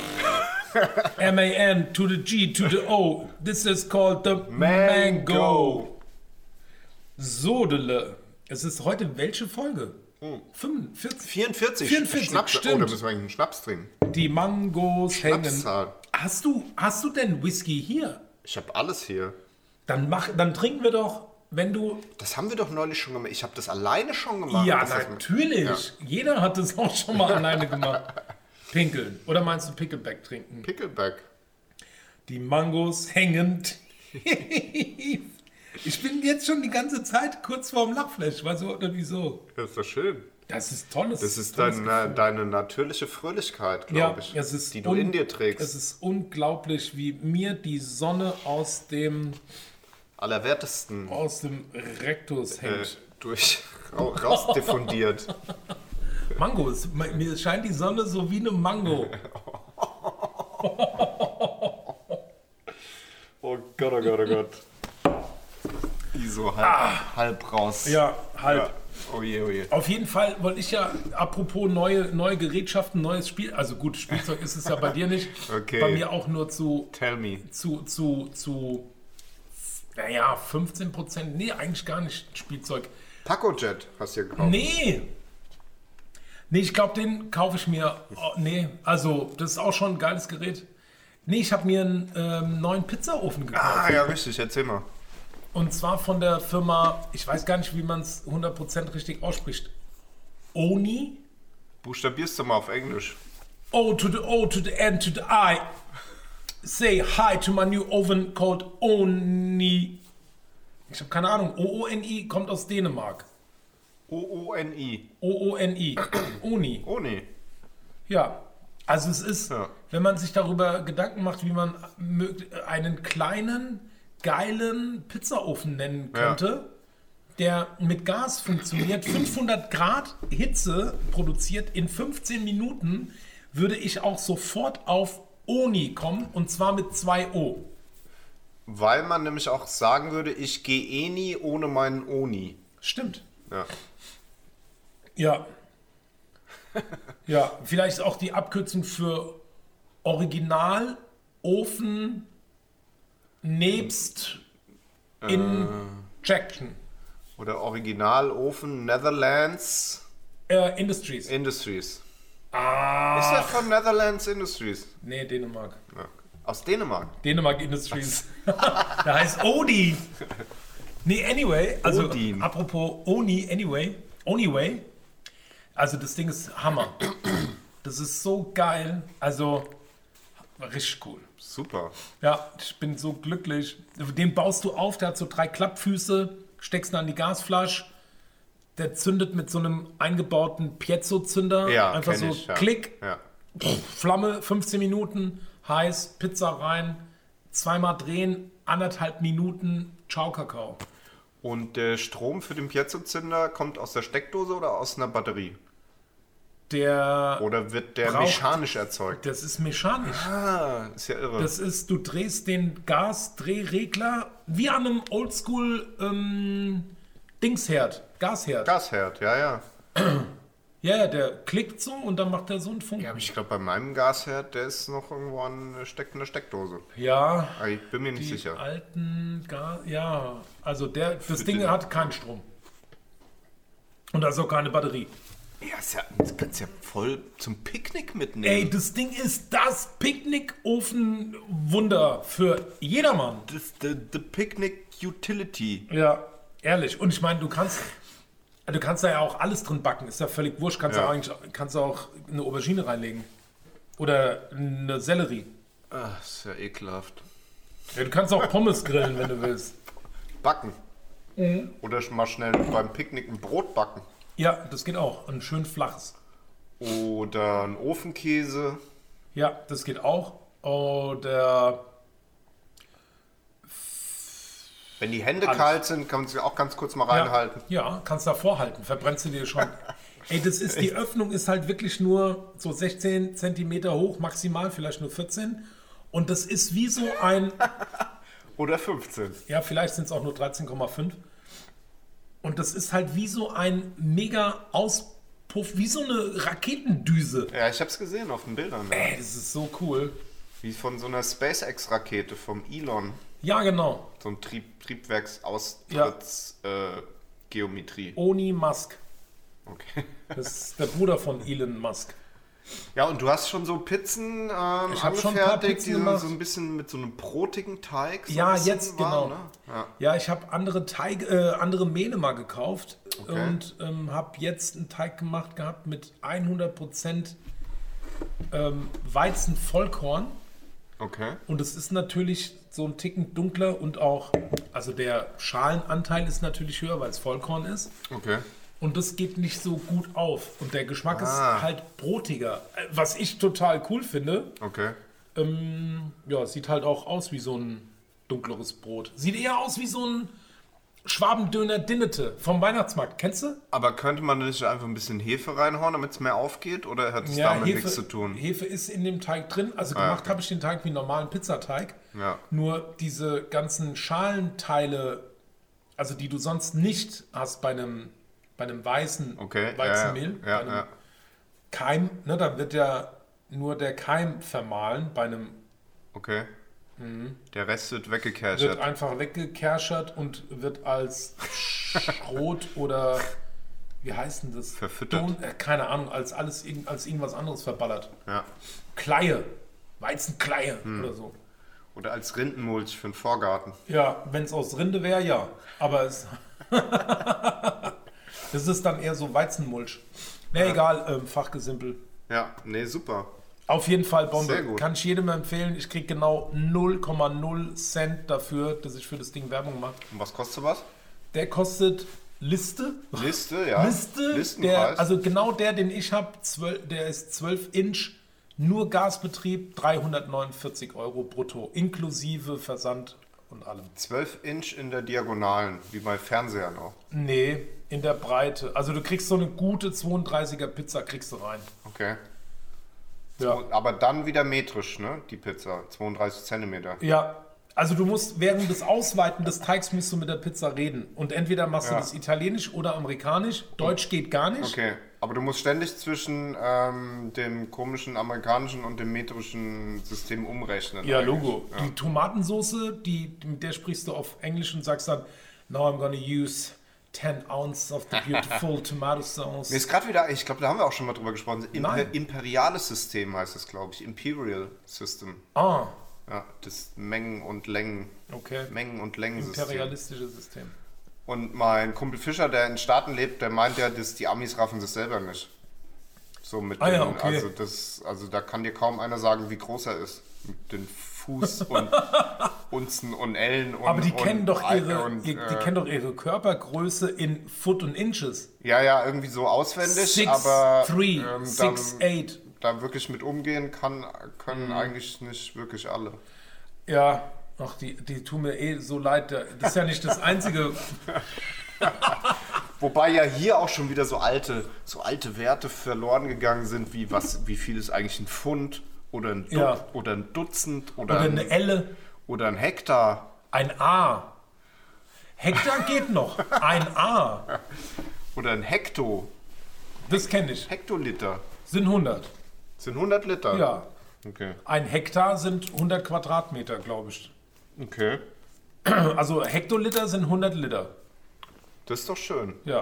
M-A-N to the G to the O. This is called the Mango. Sodele. Es ist heute welche Folge? 45. 44. 44, Schnaps. Oh, stimmt. da müssen wir eigentlich einen Schnaps trinken. Die Mangos hängen. Schnapszahl. Hast du denn Whisky hier? Ich habe alles hier. Dann trinken wir doch, wenn du... Das haben wir doch neulich schon gemacht. Ich habe das alleine schon gemacht. Ja, Das heißt, natürlich. Jeder hat das auch schon mal alleine gemacht. Pinkeln. Oder meinst du Pickleback trinken? Pickleback. Die Mangos hängen tief. Ich bin jetzt schon die ganze Zeit kurz vorm Lachflash. Weißt du oder wieso? Das ist doch schön. Das ist tolles. Das ist tolles Gefühl. deine natürliche Fröhlichkeit, Ja, glaube ich, es ist die du in dir trägst. Es ist unglaublich, wie mir die Sonne aus dem Allerwertesten Rektus hängt. rausdiffundiert. Mango, mir scheint die Sonne so wie eine Mango. Oh Gott, oh Gott, oh Gott. Die so halb raus. Ja, halb. Ja. Oh je, oh je. Auf jeden Fall wollte ich ja, apropos neue Gerätschaften, neues Spiel, also gut, Spielzeug ist es ja bei dir nicht, Okay. bei mir auch nur Tell me. naja, 15%, nee, eigentlich gar nicht Spielzeug. Taco-Jet hast du hier gekauft. Nee, ich glaube, den kaufe ich mir, nee, also das ist auch schon ein geiles Gerät. Nee, ich habe mir einen neuen Pizzaofen gekauft. Ah, ja, richtig, erzähl mal. Und zwar von der Firma, ich weiß gar nicht, wie man es 100% richtig ausspricht. Oni? Buchstabierst du mal auf Englisch. O to the N to the I. Say hi to my new oven called Oni. Ich habe keine Ahnung. O-O-N-I kommt aus Dänemark. O-O-N-I. O-O-N-I. Oni. Oh, nee. Ja. Also es ist, Ja. wenn man sich darüber Gedanken macht, wie man einen kleinen, geilen Pizzaofen nennen könnte, der mit Gas funktioniert, 500 Grad Hitze produziert in 15 Minuten, würde ich auch sofort auf Oni kommen, und zwar mit 2 O. Weil man nämlich auch sagen würde, ich gehe eh nie ohne meinen Oni. Stimmt. Ja. Ja. Ja, vielleicht auch die Abkürzung für Originalofen nebst Injection. Oder Originalofen Netherlands Industries. Industries. Ist Ah. das von Netherlands Industries? Nee, Dänemark. Ja. Aus Dänemark. Dänemark Industries. Da heißt Odi. Nee, anyway, also Odin. apropos Oni, anyway, also das Ding ist Hammer. Das ist so geil. Also, war richtig cool. Super. Ja, ich bin so glücklich. Den baust du auf, der hat so 3 Klappfüße, steckst ihn an die Gasflasche, der zündet mit so einem eingebauten Piezo-Zünder. Ja, einfach kenn so ich, ja. Klick, Ja. Flamme, 15 Minuten, heiß, Pizza rein, zweimal drehen, 1,5 Minuten, ciao Kakao. Und der Strom für den Piezo-Zünder kommt aus der Steckdose oder aus einer Batterie? Der Oder wird der braucht- mechanisch erzeugt? Das ist mechanisch. Ah, ist ja irre. Das ist, du drehst den Gasdrehregler wie an einem Oldschool Dingsherd, Gasherd. Gasherd, ja. Ja, der klickt so und dann macht er so einen Funken. Ja, aber ich glaube, bei meinem Gasherd, der ist noch irgendwo steckt in der Steckdose. Ja, Aber ich bin mir nicht die sicher. alten ja, also das Ding den- hat keinen Strom. Und da ist auch keine Batterie. Ja, das kannst du ja voll zum Picknick mitnehmen. Ey, das Ding ist das Picknick-Ofen-Wunder für jedermann. Das ist the Picnic Utility. Ja, ehrlich. Und ich meine, du kannst da ja auch alles drin backen. Ist ja völlig wurscht. Kannst du auch eine Aubergine reinlegen. Oder eine Sellerie. Ach, ist ja ekelhaft. Ja, du kannst auch Pommes grillen, wenn du willst. Backen. Oder mal schnell beim Picknick ein Brot backen. Ja, das geht auch. Ein schön flaches. Oder ein Ofenkäse. Ja, das geht auch. Oder Wenn die Hände Alles. kalt sind, kann man sie auch ganz kurz mal reinhalten. Ja, kannst da vorhalten. Verbrennst du dir schon. Ey, die Öffnung ist halt wirklich nur so 16 Zentimeter hoch, maximal, vielleicht nur 14. Und das ist wie so ein, Oder 15. ja, vielleicht sind es auch nur 13,5. Und das ist halt wie so ein mega Auspuff, wie so eine Raketendüse. Ja, ich hab's gesehen auf den Bildern. Ja. Ey, das ist so cool. Wie von so einer SpaceX-Rakete vom Elon. Ja, genau. So ein Triebwerksaustrittsgeometrie. Oni Musk. Okay. Das ist der Bruder von Elon Musk. Ja, und du hast schon so Pizzen Ich hab schon ein paar angefertigt, Pizzen die gemacht. so ein bisschen mit so einem brotigen Teig. So Ja, ein bisschen jetzt genau. Ne? Ja. Ja, ich habe andere Mehle mal gekauft Okay. und habe jetzt einen Teig gemacht gehabt mit 100% Weizen-Vollkorn. Okay. Und es ist natürlich so ein Ticken dunkler und auch, also der Schalenanteil ist natürlich höher, weil es Vollkorn ist. Okay. Und das geht nicht so gut auf. Und der Geschmack ist Ah. halt brotiger. Was ich total cool finde. Okay. Ja, es sieht halt auch aus wie so ein dunkleres Brot. Sieht eher aus wie so ein Schwabendöner Dinnete vom Weihnachtsmarkt. Kennst du? Aber könnte man nicht einfach ein bisschen Hefe reinhauen, damit es mehr aufgeht? Oder hat es damit nichts zu tun? Hefe ist in dem Teig drin. Also gemacht okay. habe ich den Teig wie einen normalen Pizzateig. Ja. Nur diese ganzen Schalenteile, also die du sonst nicht hast bei einem weißen Okay. Weizenmehl, Ja, bei einem ja. Keim, ne, da wird ja nur der Keim vermahlen. Bei einem Okay. Der Rest wird wird weggekerchert. einfach weggekerchert und wird als Schrot oder wie heißt denn das? Verfüttert. Keine Ahnung, als irgendwas anderes verballert. Ja. Kleie, Weizenkleie oder so. Oder als Rindenmulch für den Vorgarten. Ja, wenn es aus Rinde wäre, ja. Aber es das ist dann eher so Weizenmulch. Na egal, Fachgesimpel. Ja, nee, super. Auf jeden Fall Sehr Bombe. gut. Kann ich jedem empfehlen. Ich kriege genau 0,0 Cent dafür, dass ich für das Ding Werbung mache. Und was kostet was? Der kostet Liste. Liste, ja. Listenpreis. Also genau der, den ich habe, der ist 12 Inch, nur Gasbetrieb, 349 € brutto, inklusive Versand und allem. 12 Inch in der Diagonalen, wie bei Fernsehern auch. Nee, in der Breite. Also du kriegst so eine gute 32er Pizza, kriegst du rein. Okay. Ja. Aber dann wieder metrisch, ne? Die Pizza. 32 Zentimeter. Ja, also du musst während des Ausweiten des Teigs musst du mit der Pizza reden. Und entweder machst du Ja. das italienisch oder amerikanisch. Deutsch geht gar nicht. Okay. Aber du musst ständig zwischen dem komischen amerikanischen und dem metrischen System umrechnen. Ja, eigentlich. Logo. Ja. Die Tomatensoße, mit der sprichst du auf Englisch und sagst dann, now I'm gonna use 10 ounce of the beautiful tomato sauce. Mir ist gerade wieder, ich glaube, da haben wir auch schon mal drüber gesprochen. Nein. Imperiales System heißt es, glaube ich. Imperial System. Ah, Ja, das Mengen- und Längen. okay. Mengen- und Längensystem. Imperialistisches System. Und mein Kumpel Fischer, der in Staaten lebt, der meint ja, dass die Amis raffen das selber nicht. So mit Ah, den, ja, okay. also da kann dir kaum einer sagen, wie groß er ist. Mit den Fuß und Unzen und Ellen und Aber die und, kennen doch und, die kennen doch ihre Körpergröße in Foot und Inches. Ja, irgendwie so auswendig, 6'3", aber 6'8". da wirklich mit umgehen können eigentlich nicht wirklich alle. Ja, ach, die tun mir so leid. Das ist ja nicht das Einzige. Wobei ja hier auch schon wieder so alte Werte verloren gegangen sind, wie viel ist eigentlich ein Pfund oder oder ein Dutzend oder eine Elle. Oder ein Hektar. Ein A. Hektar geht noch. Ein A. Oder ein Hekto. Das kenne ich. Hektoliter. Sind 100. Sind 100 Liter? Ja. Okay. Ein Hektar sind 100 Quadratmeter, glaube ich. Okay. Also Hektoliter sind 100 Liter. Das ist doch schön. Ja.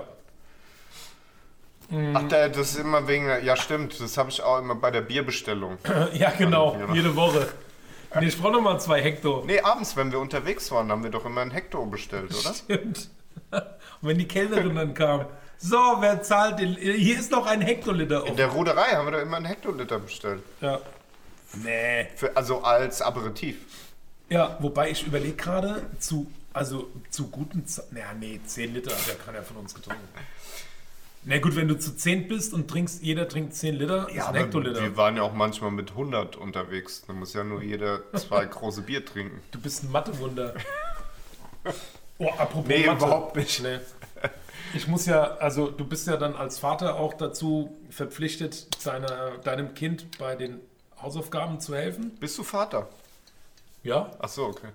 Ach, das ist immer wegen... Ja, stimmt. Das habe ich auch immer bei der Bierbestellung. Ja, genau. Jede Woche. Nee, ich brauche noch mal 2 Hektar. Nee, abends, wenn wir unterwegs waren, haben wir doch immer ein Hektar bestellt, oder? Stimmt. Und wenn die Kellnerin dann kam. So, wer zahlt den... Hier ist noch ein Hektoliter. In der Ruderei haben wir doch immer einen Hektoliter bestellt. Ja. Nee. Also als Aperitif. Ja, wobei ich überlege gerade, zu guten... 10 Liter hat ja keiner von uns getrunken. Na gut, wenn du zu 10 bist und jeder trinkt 10 Liter, ist ein Hektoliter. Wir waren ja auch manchmal mit 100 unterwegs. Da muss ja nur jeder 2 große Bier trinken. Du bist ein Mathewunder. Oh, apropos Nee, Mathe. überhaupt nicht. Nee. Ich muss ja, also du bist ja dann als Vater auch dazu verpflichtet, deinem Kind bei den Hausaufgaben zu helfen. Bist du Vater? Ja. Ach so, okay.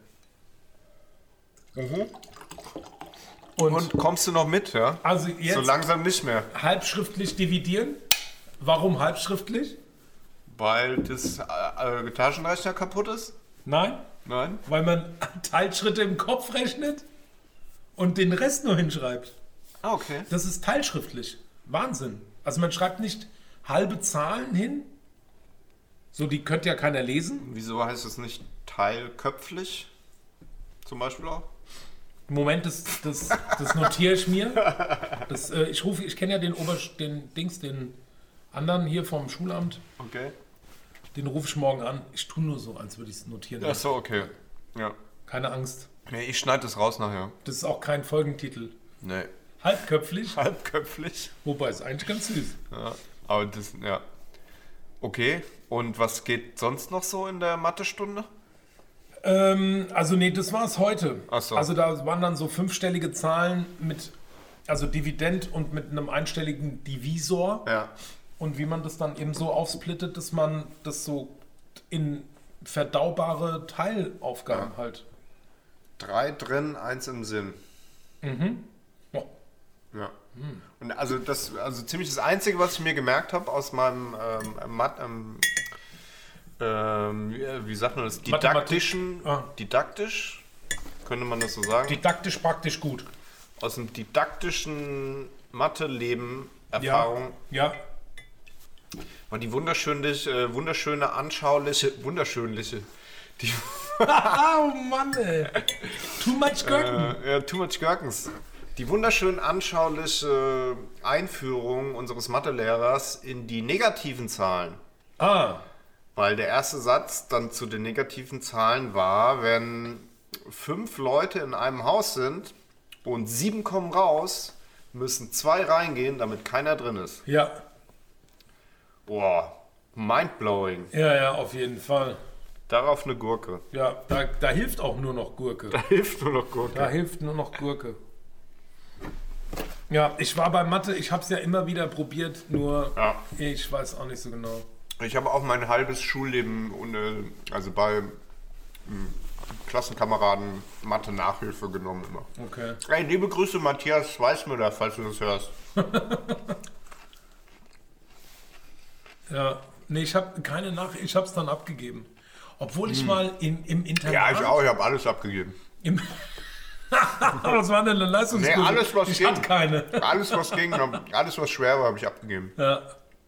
Und kommst du noch mit, ja? Also jetzt So langsam nicht mehr. halbschriftlich dividieren. Warum halbschriftlich? Weil das Taschenrechner kaputt ist? Nein, Nein? weil man Teilschritte im Kopf rechnet und den Rest nur hinschreibt. Ah, okay. Das ist teilschriftlich. Wahnsinn. Also man schreibt nicht halbe Zahlen hin. So, die könnte ja keiner lesen. Wieso heißt es nicht teilköpflich? Zum Beispiel auch? Moment, das notiere ich mir. Ich kenne ja den anderen hier vom Schulamt. Okay. Den rufe ich morgen an. Ich tue nur so, als würde ich es notieren. Ach so, okay. Ja. Keine Angst. Nee, ich schneide das raus nachher. Das ist auch kein Folgentitel. Nee. Halbköpflich, Halbköpflich? wobei ist eigentlich ganz süß. Ja. Aber das, ja. Okay. Und was geht sonst noch so in der Mathestunde? Also nee, das war es heute. Ach so. Also da waren dann so 5-stellige Zahlen mit, also Dividend und mit einem einstelligen Divisor. Ja. Und wie man das dann eben so aufsplittet, dass man das so in verdaubare Teilaufgaben halt. 3 drin, 1 im Sinn. Ja. Ja. Und also ziemlich das Einzige, was ich mir gemerkt habe aus meinem wie sagt man das? Didaktisch, könnte man das so sagen? Didaktisch praktisch gut. Aus dem didaktischen Mathe-Leben Erfahrung Ja. war die wunderschöne, anschauliche, die Oh Mann, ey. Too much Gurken. Too much Gherkens. Die wunderschön anschauliche Einführung unseres Mathelehrers in die negativen Zahlen. Weil der erste Satz dann zu den negativen Zahlen war, wenn 5 Leute in einem Haus sind und 7 kommen raus, müssen 2 reingehen, damit keiner drin ist. Ja. Boah, mindblowing. Ja, auf jeden Fall. Darauf eine Gurke. Ja, da hilft auch nur noch Gurke. Da hilft nur noch Gurke. Da hilft nur noch Gurke. Ja, ich war bei Mathe, ich habe es ja immer wieder probiert, nur ich weiß auch nicht so genau. Ich habe auch mein halbes Schulleben also bei Klassenkameraden Mathe-Nachhilfe genommen immer. Okay. Hey, liebe Grüße Matthias Weißmüller, falls du das hörst. Ja, nee, ich habe keine Nachricht, ich habe es dann abgegeben. Obwohl ich mal im Internat... Ja, ich auch, ich habe alles abgegeben. Was war denn eine Leistungskurve? Nee, alles was ich ging. hatte keine. Alles was ging, alles was schwer war, habe ich abgegeben. Ja.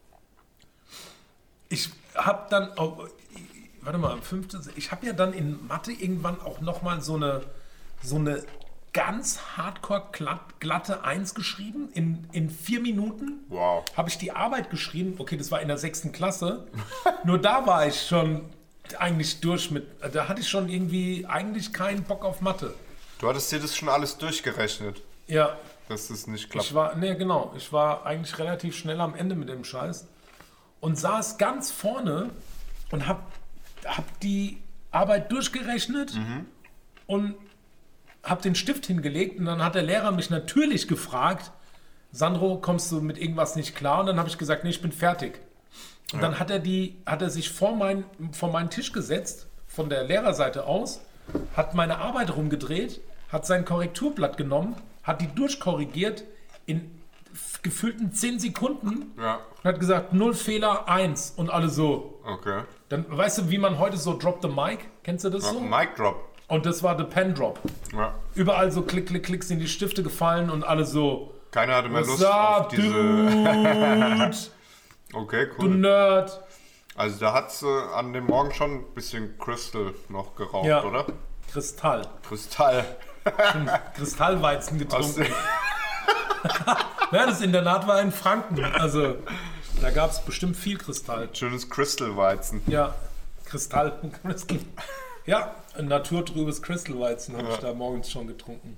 Ich habe dann, warte mal, ich habe ja dann in Mathe irgendwann auch nochmal so eine ganz hardcore glatte 1 geschrieben, in 4 Minuten. Wow. Habe ich die Arbeit geschrieben, okay, das war in der 6. Klasse, nur da war ich schon eigentlich durch mit, da hatte ich schon irgendwie eigentlich keinen Bock auf Mathe. Du hattest dir das schon alles durchgerechnet, Ja, dass es nicht klappt. ich war eigentlich relativ schnell am Ende mit dem Scheiß und saß ganz vorne und hab die Arbeit durchgerechnet und hab den Stift hingelegt und dann hat der Lehrer mich natürlich gefragt, Sandro, kommst du mit irgendwas nicht klar? Und dann habe ich gesagt, nee, ich bin fertig. Und dann hat er sich vor meinen Tisch gesetzt, von der Lehrerseite aus, hat meine Arbeit rumgedreht, hat sein Korrekturblatt genommen, hat die durchkorrigiert in gefühlten 10 Sekunden und hat gesagt, 0 Fehler, 1 und alle so. Okay. Dann weißt du, wie man heute so Drop the Mic, kennst du das so? Mic Drop. Und das war the Pen Drop. Ja. Überall so Klick, Klick, Klick sind die Stifte gefallen und alle so. Keiner hatte mehr Lust What's up, auf diese... dude? Okay, Du cool. Nerd. Also da hat sie an dem Morgen schon ein bisschen Crystal noch geraucht, Ja. oder? Kristall. Kristall. Kristallweizen Aus getrunken. Ja, das Internat war in Franken. Also da gab es bestimmt viel Kristall. Schönes Crystal-Weizen. Ja, Kristall. Ja, ein naturtrübes Crystalweizen habe ich da morgens schon getrunken.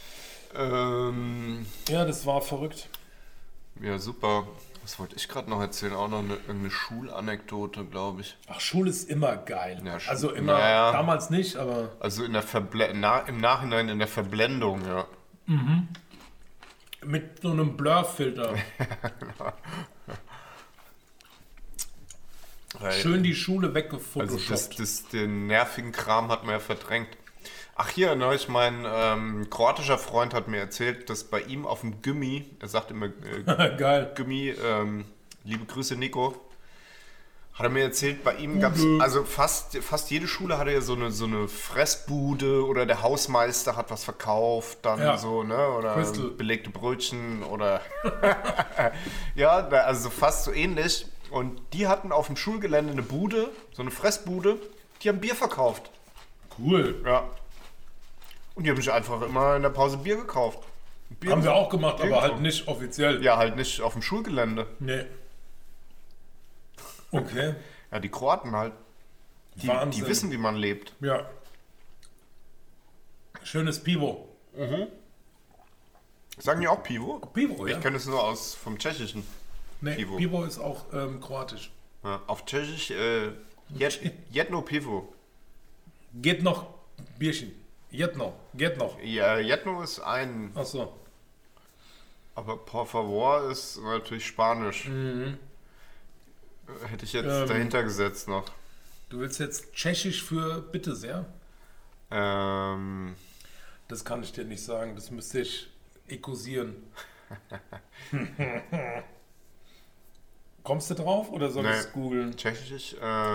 Ja, das war verrückt. Ja, super. Was wollte ich gerade noch erzählen? Auch noch irgendeine Schulanekdote, glaube ich. Ach, Schule ist immer geil. Ja, also immer, ja. damals nicht, aber... Also in der im Nachhinein in der Verblendung, ja. Mit so einem Blurfilter. Schön die Schule Also weggefotoshoppt. den nervigen Kram hat man ja verdrängt. Ach hier, neulich mein kroatischer Freund hat mir erzählt, dass bei ihm auf dem Gummi, er sagt immer Geil. Gummi, liebe Grüße Nico, hat er mir erzählt, bei ihm gab es, also fast jede Schule hatte ja so eine Fressbude oder der Hausmeister hat was verkauft, dann so, ne, oder Crystal. belegte Brötchen oder, ja, also fast so ähnlich. Und die hatten auf dem Schulgelände eine Bude, so eine Fressbude, die haben Bier verkauft. Cool. Ja. Und die haben sich einfach immer in der Pause Bier gekauft. Bier Haben wir auch gemacht, Bier aber halt gekauft. nicht offiziell. Ja, halt nicht auf dem Schulgelände. Nee. Okay. Ja, die Kroaten halt. Die Wahnsinn. wissen, wie man lebt. Ja. Schönes Pivo. Sagen die auch Pivo? Pivo, ja. Ich kenne es nur vom Tschechischen. Nee, Pivo. Pivo ist auch kroatisch. Ja, auf Tschechisch Jedno Pivo. Geht noch Bierchen. Jedno. Geht noch. Ja, Jedno ist ein, Ach so. aber por favor ist natürlich Spanisch. Hätte ich jetzt dahinter gesetzt noch. Du willst jetzt Tschechisch für bitte sehr? Das kann ich dir nicht sagen. Das müsste ich ekusieren. Kommst du drauf oder soll ich es googeln? Tschechisch,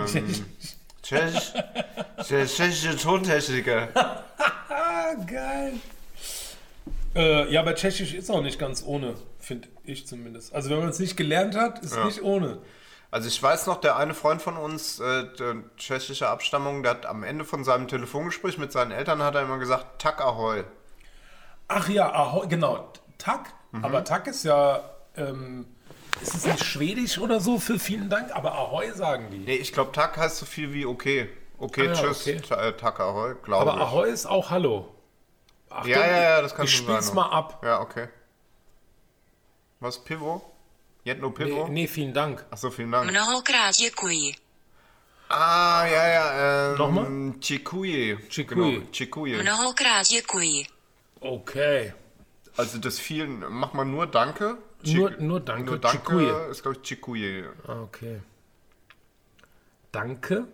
tschechische Tontechniker. Ah, geil. Ja, aber Tschechisch ist auch nicht ganz ohne, finde ich zumindest. Also wenn man es nicht gelernt hat, ist es nicht ohne. Also ich weiß noch, der eine Freund von uns, der tschechische Abstammung, der hat am Ende von seinem Telefongespräch mit seinen Eltern hat er immer gesagt, Tak Ahoi. Ach ja, Ahoi, genau. Tak, aber Tak ist ja, ist es nicht schwedisch oder so für vielen Dank, aber Ahoi sagen die. Nee, ich glaube, Tak heißt so viel wie okay. Okay, Ah ja, tschüss, okay. Tak Ahoi, glaube ich. Aber Ahoi ist auch Hallo. Achtung, Ja, das kann ich schon sein. spiel's mal ab. Ja, okay. Was, Pivo? Jedno Pivo? Nee, vielen Dank. Achso, vielen Dank. Mnohokrát děkuji. Ah, ja, Nochmal? Chikuye. Chikuye. Genau, Chikuye. Mnohokrát děkuji. Okay. Also das vielen, mach mal nur Danke. Nur Danke. Nur Danke Chikuye. ist, glaube ich, Chikuye. Ah, okay. Danke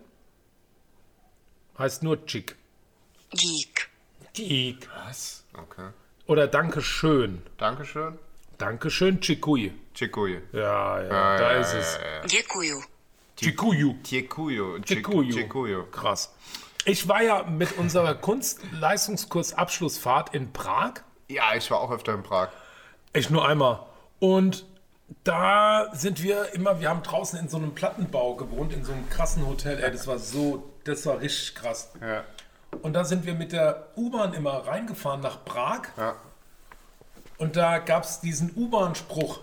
heißt nur Chick. Dík. Dík. Was? Okay. Oder Dankeschön. Dankeschön. Dankeschön, Chikuye. Chikuye. Ja, da ist es. Děkuju. Chikuyu. Chikuyo. Chikuyu. Krass. Ich war ja mit unserer Kunstleistungskurs-Abschlussfahrt in Prag. Ja, ich war auch öfter in Prag. Echt nur einmal. Und da sind wir haben draußen in so einem Plattenbau gewohnt, in so einem krassen Hotel. Ey, das war richtig krass. Ja. Und da sind wir mit der U-Bahn immer reingefahren nach Prag. Ja. Und da gab es diesen U-Bahn-Spruch.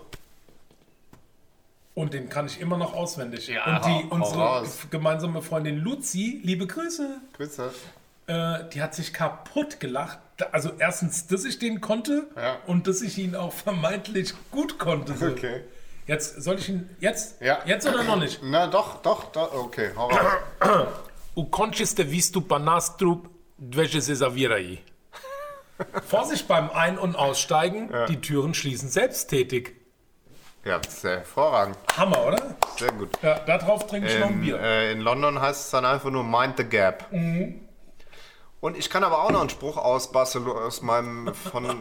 Und den kann ich immer noch auswendig. Ja, und unsere raus. gemeinsame Freundin Luzi, liebe Grüße, Grüße. die hat sich kaputt gelacht. Also erstens, dass ich den konnte und dass ich ihn auch vermeintlich gut konnte. So. Okay. Jetzt soll ich ihn, jetzt? Ja. Jetzt oder noch nicht? Na doch, okay, hau raus. U končiste výstup nástup, dveře se zavírají. Vorsicht beim Ein- und Aussteigen, die Türen schließen selbsttätig. Ja, sehr hervorragend. Hammer, oder? Sehr gut. Ja, darauf trinke ich noch ein Bier. In London heißt es dann einfach nur Mind the Gap. Und ich kann aber auch noch einen Spruch aus Barcelona, aus meinem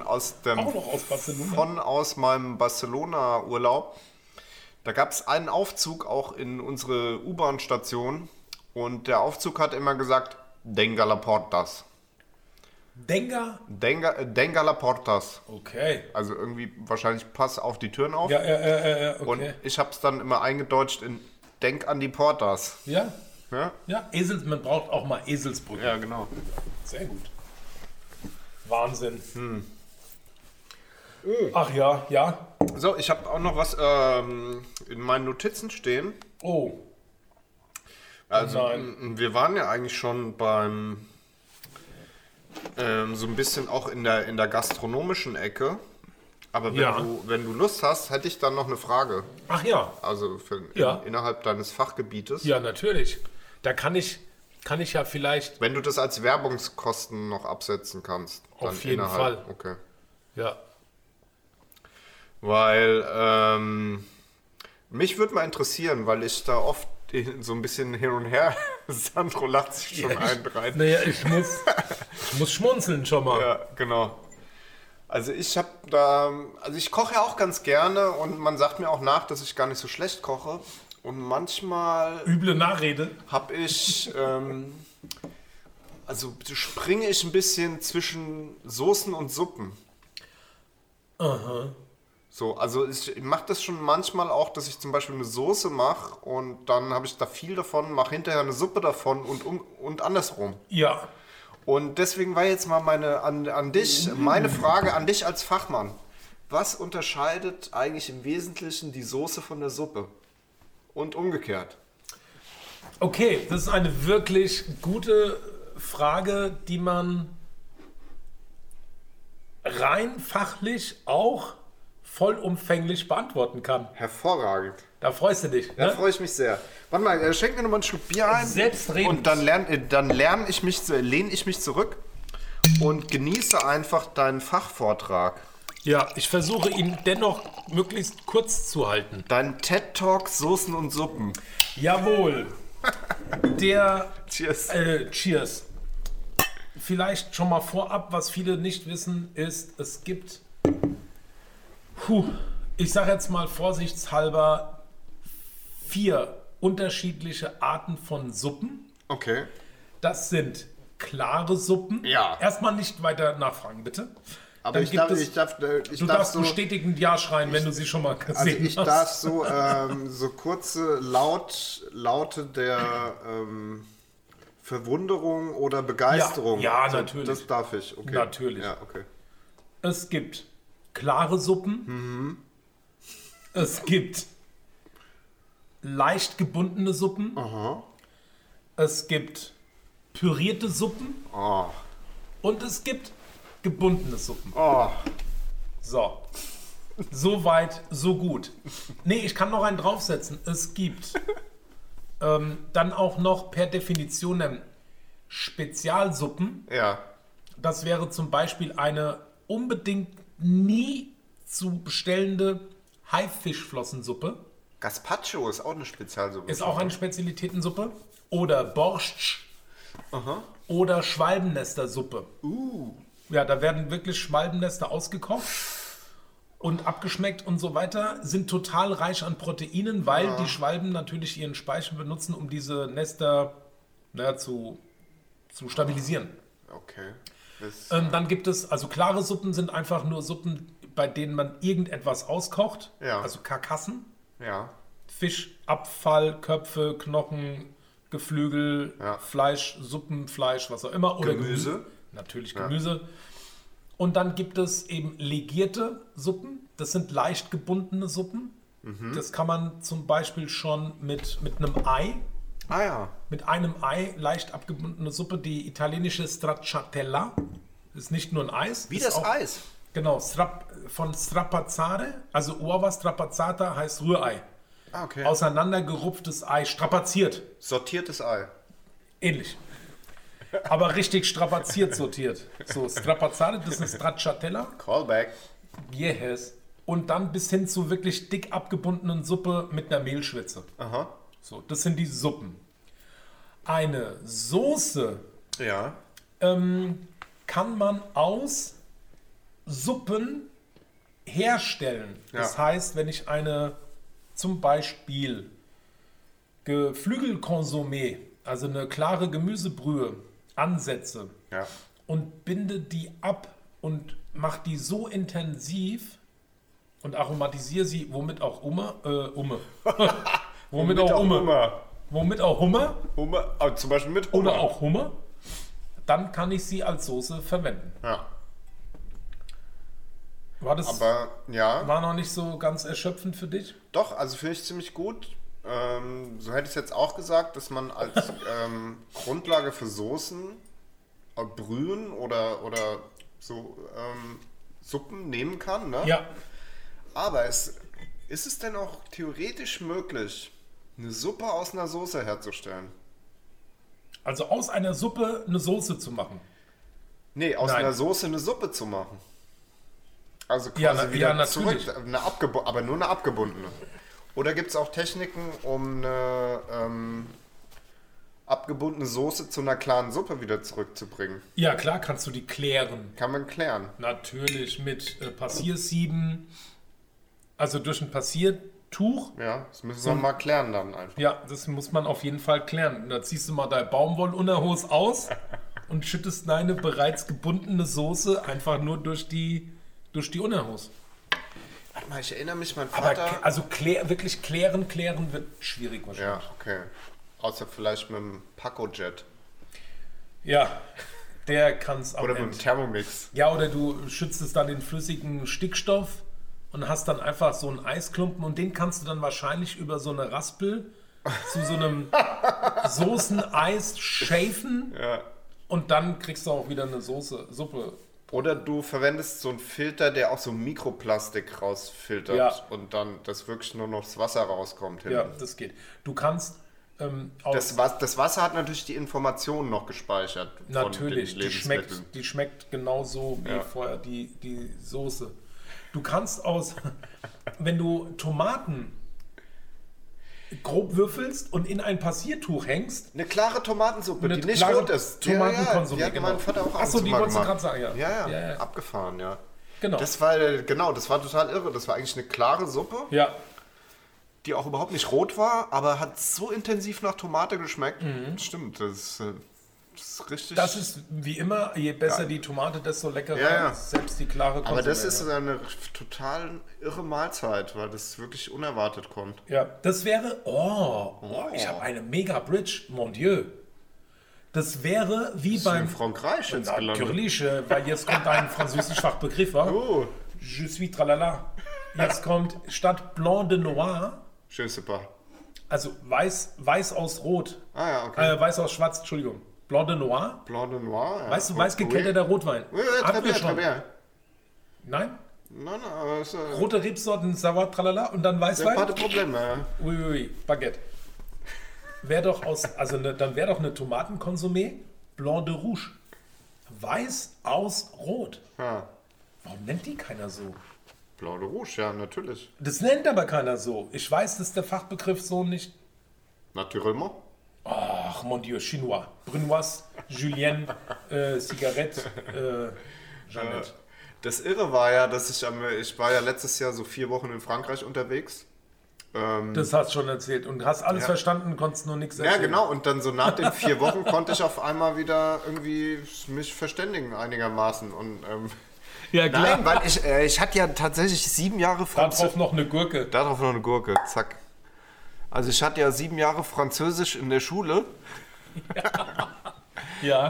Barcelona-Urlaub. Da gab es einen Aufzug auch in unsere U-Bahn-Station und der Aufzug hat immer gesagt, Denga la portas. Denga? Denga la portas. Okay. Also irgendwie wahrscheinlich Pass auf die Türen auf. Ja, okay. Und ich habe es dann immer eingedeutscht in Denk an die Portas. Ja? Ja, Ja, man braucht auch mal Eselsbrücke. ja genau. Sehr gut. Wahnsinn. Ach ja, ja. So, ich habe auch noch was in meinen Notizen stehen. Oh. Also Nein. wir waren ja eigentlich schon beim so ein bisschen auch in der gastronomischen Ecke. Aber wenn du Lust hast, hätte ich dann noch eine Frage. Ach ja. Also innerhalb deines Fachgebietes. Ja, natürlich. Da kann ich ja vielleicht. Wenn du das als Werbungskosten noch absetzen kannst. Dann Auf jeden innerhalb. Fall. Okay. Ja. Weil mich würde mal interessieren, weil ich da oft so ein bisschen hin und her, Sandro lacht sich schon rein. Naja, ich muss schmunzeln schon mal. Ja, genau. Also ich koche ja auch ganz gerne und man sagt mir auch nach, dass ich gar nicht so schlecht koche. Und manchmal Üble Nachrede. habe ich, springe ich ein bisschen zwischen Soßen und Suppen. Aha. So, also ich mache das schon manchmal auch, dass ich zum Beispiel eine Soße mache und dann habe ich da viel davon, mache hinterher eine Suppe davon und andersrum. Ja. Und deswegen war jetzt mal meine Frage an dich als Fachmann. Was unterscheidet eigentlich im Wesentlichen die Soße von der Suppe? Und umgekehrt. Okay, das ist eine wirklich gute Frage, die man rein fachlich auch vollumfänglich beantworten kann. Hervorragend. Da freust du dich. Da Ne? freue ich mich sehr. Warte mal, schenk mir nochmal einen Schluck Bier ein. Selbstredend. Und dann lehne ich mich zurück und genieße einfach deinen Fachvortrag. Ja, ich versuche ihn dennoch möglichst kurz zu halten. Dein TED-Talk Soßen und Suppen. Jawohl. Cheers. Cheers. Vielleicht schon mal vorab, was viele nicht wissen, ist, es gibt, ich sage jetzt mal vorsichtshalber, 4 unterschiedliche Arten von Suppen. Okay. Das sind klare Suppen. Ja. Erstmal nicht weiter nachfragen, bitte. Aber Dann ich darf so bestätigend Ja schreien, wenn du sie schon mal gesehen ich hast. darf so kurze Laute der Verwunderung oder Begeisterung. Ja, so, natürlich. Das darf ich. Okay. Natürlich. Ja, okay. Es gibt klare Suppen. Es gibt leicht gebundene Suppen. Aha. Es gibt pürierte Suppen. Oh. Und es gibt gebundene Suppen. Oh. So. So weit, so gut. Nee, ich kann noch einen draufsetzen. Es gibt dann auch noch per Definition Spezialsuppen. Ja. Das wäre zum Beispiel eine unbedingt nie zu bestellende Haifischflossensuppe. Gazpacho ist auch eine Spezialsuppe. Ist auch eine Spezialitätensuppe. Oder Borscht. Aha. Oder Schwalbennestersuppe. Ja, da werden wirklich Schwalbennester ausgekocht und abgeschmeckt und so weiter. Sind total reich an Proteinen, weil die Schwalben natürlich ihren Speicher benutzen, um diese Nester zu stabilisieren. Okay. Dann gibt es, also klare Suppen sind einfach nur Suppen, bei denen man irgendetwas auskocht. Ja. Also Karkassen, Ja. Fischabfall, Köpfe, Knochen, Geflügel, Fleisch, Suppen, Fleisch, was auch immer. Oder Gemüse. Natürlich Gemüse. Und dann gibt es eben legierte Suppen. Das sind leicht gebundene Suppen. Das kann man zum Beispiel schon mit einem Ei. Ah ja. Mit einem Ei leicht abgebundene Suppe. Die italienische Stracciatella. Ist nicht nur ein Eis. Wie ist das auch, Eis. Genau, von Strapazzare. Also Uova strapazzata heißt Rührei. Ah, okay. Auseinandergerupftes Ei. Strapaziert. Sortiertes Ei. Ähnlich. Aber richtig strapaziert sortiert. So, Strapazzare, das ist Stracciatella. Callback. Yes. Und dann bis hin zu wirklich dick abgebundenen Suppe mit einer Mehlschwitze. Aha. So, das sind die Suppen. Eine Soße Ja. kann man aus Suppen herstellen. Das heißt, wenn ich zum Beispiel Geflügelkonsumé, also eine klare Gemüsebrühe, ansetze und binde die ab und mache die so intensiv und aromatisiere sie, womit auch Womit auch Hummer. Zum Beispiel mit Hummer. Oder auch Hummer. Dann kann ich sie als Soße verwenden. Ja. War noch nicht so ganz erschöpfend für dich? Doch, also finde ich ziemlich gut. So hätte ich es jetzt auch gesagt, dass man als Grundlage für Soßen Brühen oder so Suppen nehmen kann. Ne? Ja. Aber ist es denn auch theoretisch möglich, eine Suppe aus einer Soße herzustellen? Also aus einer Suppe eine Soße zu machen? Nee, aus einer Soße eine Suppe zu machen. Also quasi wieder zurück, aber nur eine abgebundene. Oder gibt es auch Techniken, um eine abgebundene Soße zu einer klaren Suppe wieder zurückzubringen? Ja, klar, kannst du die klären. Kann man klären. Natürlich mit Passiersieben, also durch ein Passiertuch. Ja, das müssen wir mal klären dann einfach. Ja, das muss man auf jeden Fall klären. Da ziehst du mal deine Baumwollunterhose aus und schüttest deine bereits gebundene Soße einfach nur durch die Unterhose. Warte mal, ich erinnere mich, mein Vater... Aber also wirklich klären wird schwierig wahrscheinlich. Ja, okay. Außer vielleicht mit dem Paco-Jet. Ja, der kann es auch. Oder mit dem Thermomix. Ja, oder du schützt es dann in flüssigen Stickstoff und hast dann einfach so einen Eisklumpen und den kannst du dann wahrscheinlich über so eine Raspel zu so einem Soßeneis schäfen und dann kriegst du auch wieder eine Suppe. Oder du verwendest so einen Filter, der auch so Mikroplastik rausfiltert und dann, dass wirklich nur noch das Wasser rauskommt. Ja, das geht. Du kannst das Wasser hat natürlich die Informationen noch gespeichert. Natürlich, die schmeckt genauso wie vorher die Soße. Du kannst wenn du Tomaten grob würfelst und in ein Passiertuch hängst. Eine klare Tomatensuppe, die nicht rot ist. Tomatenkonsum. Die hat mein Vater auch Achso, die wolltest du gerade sagen, ja. Ja, abgefahren, ja. Genau. Das war total irre. Das war eigentlich eine klare Suppe, die auch überhaupt nicht rot war, aber hat so intensiv nach Tomate geschmeckt. Stimmt, das ist richtig. Das ist wie immer, je besser die Tomate, desto leckerer. Selbst die klare Konsum. Aber das ist eine total irre Mahlzeit, weil das wirklich unerwartet kommt. Ja, das wäre, ich habe eine mega Bridge, mon Dieu. Das wäre wie beim... Frankreich jetzt gelandet. Natürlich, weil jetzt kommt ein französischer Fachbegriff, Je suis tralala. Jetzt kommt statt Blanc de Noir... Je sais pas. Also weiß aus Rot. Ah ja, okay. Weiß aus Schwarz, Entschuldigung. Blanc de Noir. Blanc de Noir, ja. Weißt du, weiß gekelterter Rotwein. Très bien. Nein? Nein, aber es Rote Rebsorten, Savoir, tralala und dann Weißwein? Pas de Probleme, ja. Oui, Baguette. Dann wäre doch eine Tomatenkonsumé Blanc de Rouge. Weiß aus Rot. Ja. Warum nennt die keiner so? Blanc de Rouge, ja, natürlich. Das nennt aber keiner so. Ich weiß, dass der Fachbegriff so nicht... Naturellement. Ach, mon Dieu, Chinois. Brunoise, Julienne, Zigarette, Jeannette. Das Irre war ja, dass ich war ja letztes Jahr so 4 Wochen in Frankreich unterwegs. Das hast du schon erzählt und hast alles verstanden, konntest nur nichts erzählen. Ja, genau. Und dann so nach den 4 Wochen konnte ich auf einmal wieder irgendwie mich verständigen einigermaßen. Und, ja, klar. Nein, weil ich hatte ja tatsächlich 7 Jahre Französisch. Darauf noch eine Gurke. Darauf noch eine Gurke, zack. Also ich hatte ja 7 Jahre Französisch in der Schule. Ja.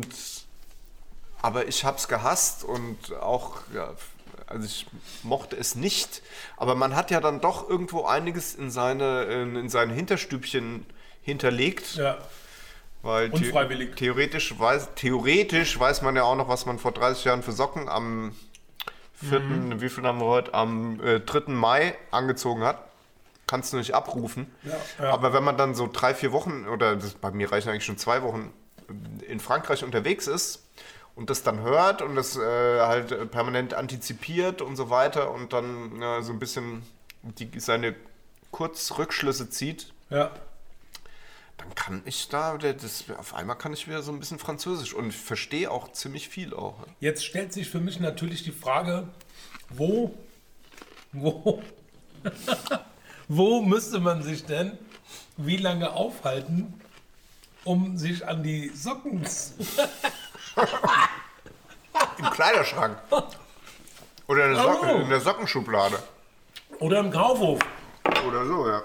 Aber ich habe es gehasst und auch, ja, also ich mochte es nicht. Aber man hat ja dann doch irgendwo einiges in seine Hinterstübchen hinterlegt. Ja. Weil Unfreiwillig. theoretisch weiß man ja auch noch, was man vor 30 Jahren für Socken am 4., wie viel haben wir heute, am 3. Mai angezogen hat. Kannst du nicht abrufen. Ja. Aber wenn man dann so 3-4 Wochen, oder bei mir reichen eigentlich schon 2 Wochen, in Frankreich unterwegs ist und das dann hört und das halt permanent antizipiert und so weiter und dann so ein bisschen seine Kurzrückschlüsse zieht, Ja. dann kann ich auf einmal kann ich wieder so ein bisschen Französisch und ich verstehe auch ziemlich viel auch. Jetzt stellt sich für mich natürlich die Frage, wo müsste man sich denn wie lange aufhalten, um sich an die Socken zu... Im Kleiderschrank. Oder in der Sockenschublade. Oder im Kaufhof. Oder so, ja.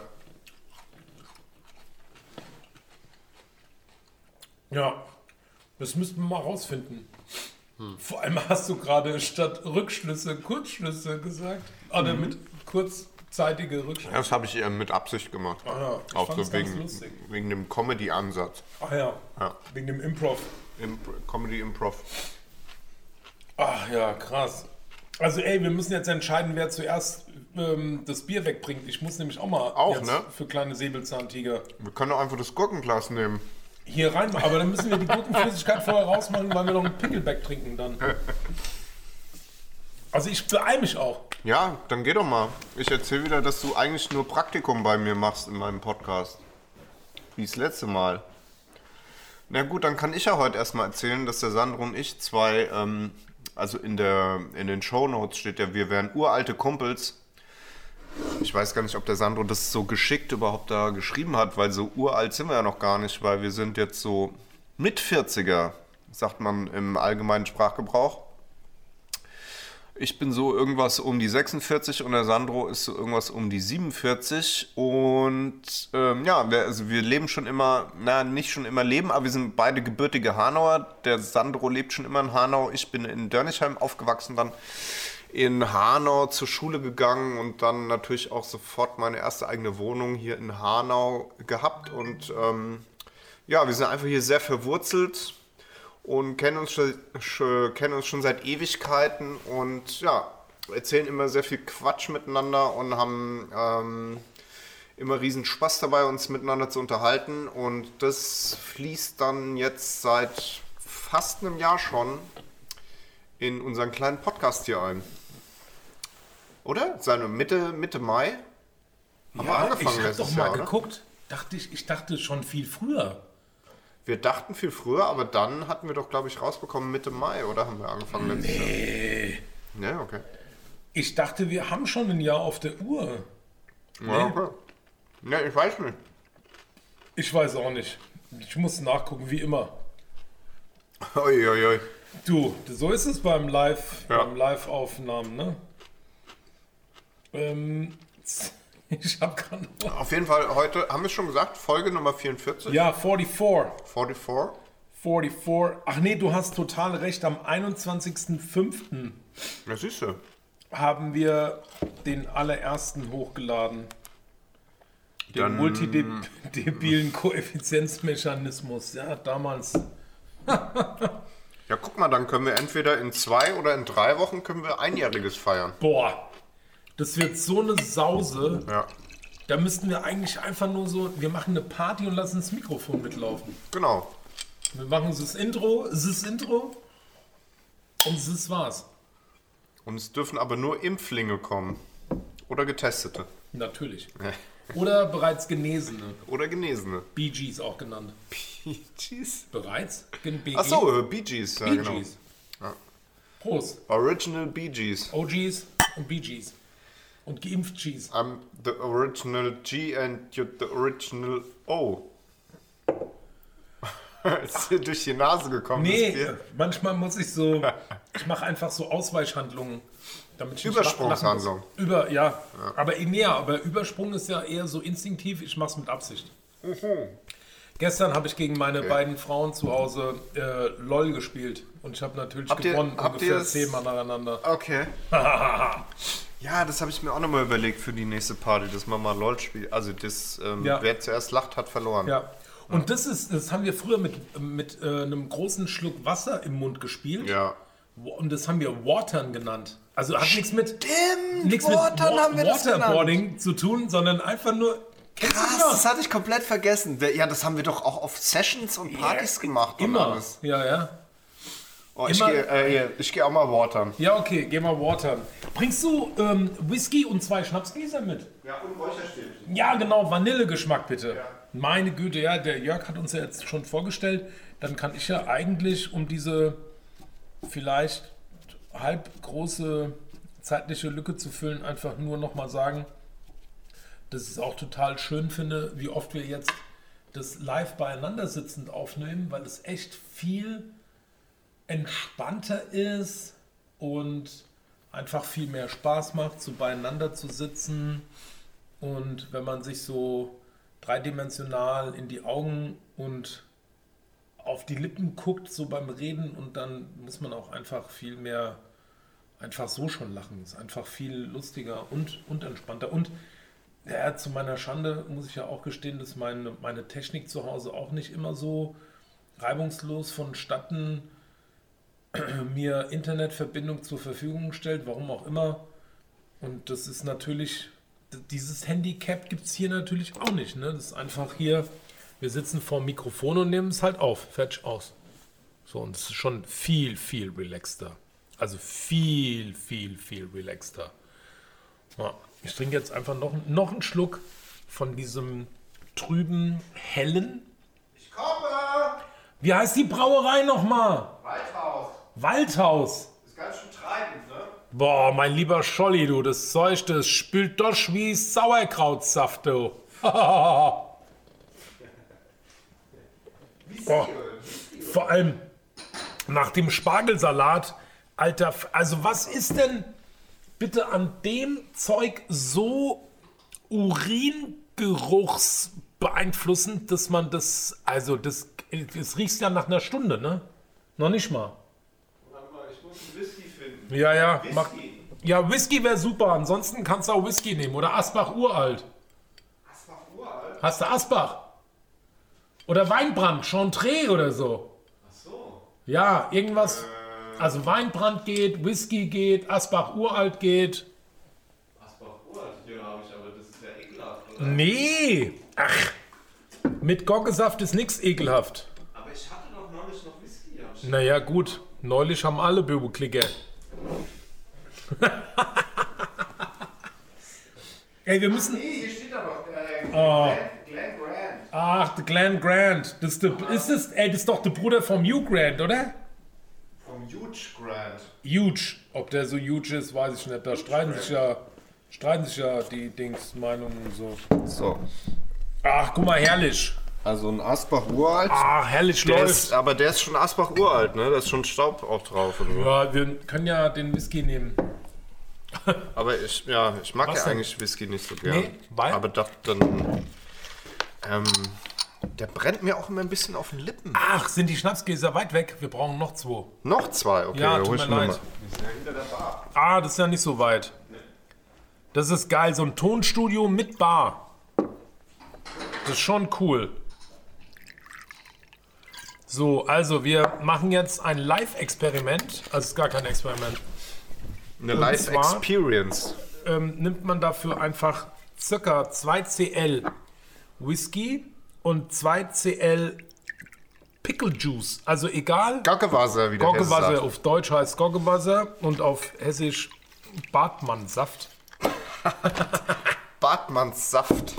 Ja, das müssten wir mal rausfinden. Vor allem hast du gerade statt Rückschlüsse Kurzschlüsse gesagt. Oder mit kurzzeitige Rückschlüsse. Das habe ich mit Absicht gemacht. Ah ja, ich auch fand's so ganz lustig. wegen dem Comedy-Ansatz. Ach ja, Ja. wegen dem Improv. Comedy-Improv. Ach ja, krass. Also ey, wir müssen jetzt entscheiden, wer zuerst das Bier wegbringt. Ich muss nämlich auch mal jetzt ne? für kleine Säbelzahntiger Wir können doch einfach das Gurkenglas nehmen. hier rein. Aber dann müssen wir die Gurkenflüssigkeit vorher rausmachen, weil wir noch einen Pickleback trinken dann. Also ich beeile mich auch. Ja, dann geh doch mal. Ich erzähle wieder, dass du eigentlich nur Praktikum bei mir machst in meinem Podcast. Wie das letzte Mal. Na gut, dann kann ich ja heute erstmal erzählen, dass der Sandro und ich zwei, also in den Shownotes steht ja, wir wären uralte Kumpels. Ich weiß gar nicht, ob der Sandro das so geschickt überhaupt da geschrieben hat, weil so uralt sind wir ja noch gar nicht, weil wir sind jetzt so Mit-40er, sagt man im allgemeinen Sprachgebrauch. Ich bin so irgendwas um die 46 und der Sandro ist so irgendwas um die 47 und wir leben schon immer, nicht schon immer leben, aber wir sind beide gebürtige Hanauer. Der Sandro lebt schon immer in Hanau, ich bin in Dörnichheim aufgewachsen, dann in Hanau zur Schule gegangen und dann natürlich auch sofort meine erste eigene Wohnung hier in Hanau gehabt und wir sind einfach hier sehr verwurzelt und kennen uns schon seit Ewigkeiten und ja, erzählen immer sehr viel Quatsch miteinander und haben immer riesen Spaß dabei, uns miteinander zu unterhalten und das fließt dann jetzt seit fast einem Jahr schon in unseren kleinen Podcast hier ein. Oder? Seine Mitte Mai? Haben wir angefangen ich hab doch letztes mal Jahr, oder? geguckt. Ich dachte schon viel früher. Wir dachten viel früher, aber dann hatten wir doch, glaube ich, rausbekommen Mitte Mai, oder? Haben wir angefangen letztes Jahr? Nee, okay. Ich dachte, wir haben schon ein Jahr auf der Uhr. Ja, okay. Nee, ich weiß nicht. Ich weiß auch nicht. Ich muss nachgucken, wie immer. Uiuiui. Du, so ist es beim Ja. beim Live-Aufnahmen, ne? Ich habe gerade... Auf jeden Fall heute, haben wir es schon gesagt, Folge Nummer 44? Ja, 44. 44? 44. Ach nee, du hast total recht. Am 21.05. Ja, siehst du. haben wir den allerersten hochgeladen. Den Dann- multidebilen Koeffizienzmechanismus. Ja, damals. Ja, guck mal, dann können wir entweder in 2 oder in 3 Wochen können wir Einjähriges feiern. Boah, das wird so eine Sause. Ja, Da müssten wir eigentlich einfach nur so, wir machen eine Party und lassen das Mikrofon mitlaufen. genau. Wir machen das Intro und das war's. Und es dürfen aber nur Impflinge kommen. Oder Getestete. Natürlich. Oder bereits Genesene. Oder Genesene. Bee Gees auch genannt. Bee Gees? Bereits? BG? Achso, Bee Gees. Ja, Bee genau. Gees. Prost. Original Bee Gees. OGs und Bee Gees. Und geimpft Cheese. I'm the original G and you're the original O. Ist dir durch die Nase gekommen? das Nee, Bier? manchmal muss ich so, ich mache einfach so Ausweichhandlungen, Damit ich Übersprungshandlung. Ja. Aber Übersprung ist ja eher so instinktiv, ich mach's mit Absicht. Gestern habe ich gegen meine beiden Frauen zu Hause LOL gespielt und ich habe natürlich gewonnen, ungefähr 10-mal nacheinander. Okay. Ja, das habe ich mir auch nochmal überlegt für die nächste Party, dass man mal LOL spielt. Also das, wer zuerst lacht, hat verloren. Ja. Und das haben wir früher mit einem großen Schluck Wasser im Mund gespielt. Ja. Und das haben wir Watern genannt. Also hat nichts mit Waterboarding zu tun, sondern einfach nur... Krass, das hatte ich komplett vergessen. Ja, das haben wir doch auch auf Sessions und Partys gemacht. Immer. Und alles. Ja. Oh, ich gehe auch mal watern. Ja, okay, geh mal watern. Bringst du Whisky und 2 Schnapsgläser mit? Ja, und Räucherstäbchen. Ja, genau, Vanillegeschmack bitte. Ja. Meine Güte, ja, der Jörg hat uns ja jetzt schon vorgestellt. Dann kann ich ja eigentlich, um diese vielleicht halb große zeitliche Lücke zu füllen, einfach nur nochmal sagen, dass ich es auch total schön finde, wie oft wir jetzt das live beieinander sitzend aufnehmen, weil es echt viel entspannter ist und einfach viel mehr Spaß macht, so beieinander zu sitzen. Und wenn man sich so dreidimensional in die Augen und auf die Lippen guckt, so beim Reden, und dann muss man auch einfach viel mehr einfach so schon lachen. Ist einfach viel lustiger und entspannter. Und ja, zu meiner Schande muss ich ja auch gestehen, dass meine Technik zu Hause auch nicht immer so reibungslos vonstatten mir Internetverbindung zur Verfügung stellt, warum auch immer. Und das ist natürlich, dieses Handicap gibt es hier natürlich auch nicht. Ne? Das ist einfach hier, wir sitzen vor dem Mikrofon und nehmen es halt auf, fertig, aus. So, und es ist schon viel relaxter. Also viel relaxter. Ja, ich trinke jetzt einfach noch einen Schluck von diesem trüben, hellen. Ich komme! Wie heißt die Brauerei nochmal? Waldhaus. Ist ganz schön treibend, ne? Boah, mein lieber Scholli, du, das Zeug, das spült doch wie Sauerkrautsaft, du. Boah. Vor allem nach dem Spargelsalat, Alter, also was ist denn bitte an dem Zeug so uringeruchsbeeinflussend, dass man das, also das riecht ja nach einer Stunde, ne? Noch nicht mal. Warte mal, ich muss einen Whisky finden. Ja, Whisky. Ja, Whisky wäre super, ansonsten kannst du auch Whisky nehmen oder Asbach Uralt. Asbach Uralt? Hast du Asbach? Oder Weinbrand, Chantre oder so. Ach so. Ja, irgendwas. Also Weinbrand geht, Whisky geht, Asbach Uralt geht. Asbach Uralt, ja, habe ich, aber das ist ja ekelhaft, oder? Nee. Ach, mit Goggesaft ist nichts ekelhaft. Aber ich hatte doch neulich noch Whisky. Naja, gut. Neulich haben alle Böbelklicker. Ey, wir müssen... Nee, hier steht aber Glen Grant. Ach, der Glen Grant. Das ist doch der Bruder vom Hugh Grant, oder? Vom Huge Grant. Huge. Ob der so huge ist, weiß ich nicht. Da streiten sich ja die Meinungen und so. So. Ach, guck mal, herrlich. Also ein Asbach Uralt. Ach, herrlich läuft. Aber der ist schon Asbach Uralt, ne? Da ist schon Staub auch drauf. Und so. Ja, wir können ja den Whisky nehmen. Aber ich mag Was ja denn? eigentlich Whisky nicht so gern. Nee, weil? Aber dann der brennt mir auch immer ein bisschen auf den Lippen. Ach, sind die Schnapsgläser weit weg? Wir brauchen noch 2. Noch 2, okay. Ja, dann hol tut ich mir nur leid. mal. Die sind ja hinter der Bar. Ah, das ist ja nicht so weit. Das ist geil, so ein Tonstudio mit Bar. Das ist schon cool. So, also wir machen jetzt ein Live-Experiment. Also es ist gar kein Experiment. Eine Und Live zwar- Experience. Nimmt man dafür einfach circa 2 Cl Whisky und 2 Cl Pickle Juice. Also egal. Goggewasser, wie der Hesse Goggewasser sagt. auf Deutsch heißt Goggewasser und auf Hessisch Bartmannsaft. Bartmanns Saft.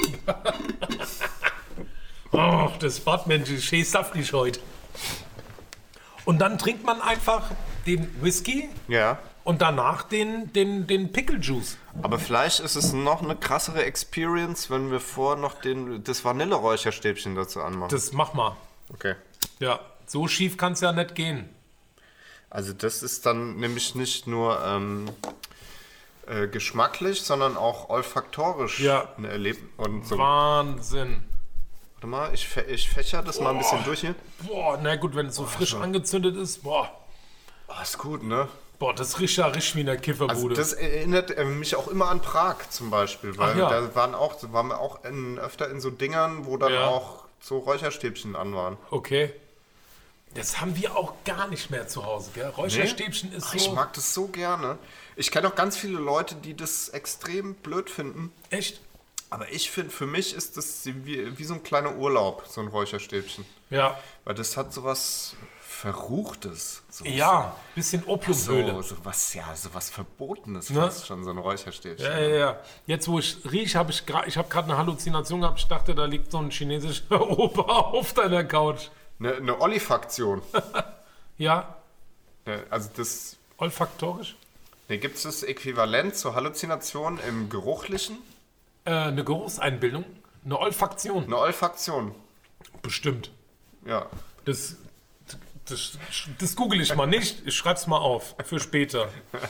Oh, das Bartmensch ist schön saftig heute. Und dann trinkt man einfach den Whisky Ja. und danach den Pickle Juice. Aber vielleicht ist es noch eine krassere Experience, wenn wir vorher noch das Vanilleräucherstäbchen dazu anmachen. Das mach mal. Okay. Ja, so schief kann es ja nicht gehen. Also das ist dann nämlich nicht nur geschmacklich, sondern auch olfaktorisch ein Erlebnis. Und so. Wahnsinn. Warte mal, ich fächer das mal ein bisschen durch hier. Boah, na gut, wenn es so frisch angezündet ist, boah. Ist gut, ne? Boah, das riecht ja richtig wie in der Kifferbude. Also das erinnert mich auch immer an Prag zum Beispiel, weil da waren wir auch öfter in so Dingern, wo dann auch so Räucherstäbchen an waren. Okay. Das haben wir auch gar nicht mehr zu Hause, gell? Räucherstäbchen ist so... Ich mag das so gerne. Ich kenne auch ganz viele Leute, die das extrem blöd finden. Echt? Aber ich finde, für mich ist das wie so ein kleiner Urlaub, so ein Räucherstäbchen. Ja. Weil das hat sowas Verruchtes. Ja, bisschen Opiumhöhle. So was Verbotenes Ne? fast schon, so ein Räucherstäbchen. Ja. Jetzt, wo ich rieche, habe ich gerade eine Halluzination gehabt. Ich dachte, da liegt so ein chinesischer Opa auf deiner Couch. Eine Olifaktion. Ja, Also das... olfaktorisch? Gibt es das Äquivalent zur Halluzination im Geruchlichen? Eine Geruchseinbildung? Eine Olfaktion? Eine Olfaktion. Bestimmt. Ja. Das google ich mal nicht. Ich schreib's mal auf für später.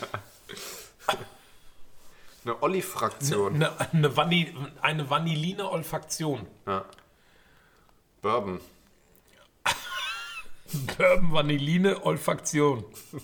Eine Olifraktion. Eine vanilline Olfaktion. Ja. Bourbon. Bourbon Vanilline Olfaktion.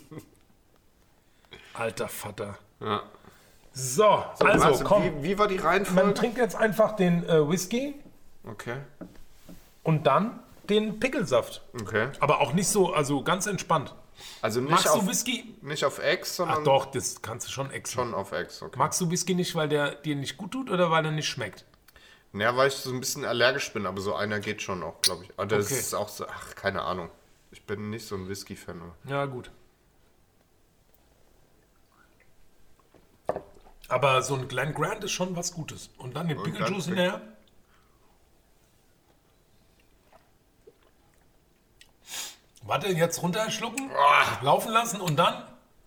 Alter Vater. Ja. So, also komm. Wie war die Reihenfolge? Man trinkt jetzt einfach den Whisky Okay. und dann den Pickelsaft. Okay. Aber auch nicht so, also ganz entspannt. Also nicht Magst auf, du Whisky? nicht auf Ex, sondern Ach doch, das kannst du schon exen. schon auf Ex. Okay. Magst du Whisky nicht, weil der dir nicht gut tut oder weil er nicht schmeckt? Ja, weil ich so ein bisschen allergisch bin, aber so einer geht schon auch, glaube ich. Aber das Okay. ist auch so, keine Ahnung. Ich bin nicht so ein Whisky-Fan. Ja, gut. Aber so ein Glen Grant ist schon was Gutes. Und dann den Pickle Juice hinterher. Warte, jetzt runterschlucken, laufen lassen und dann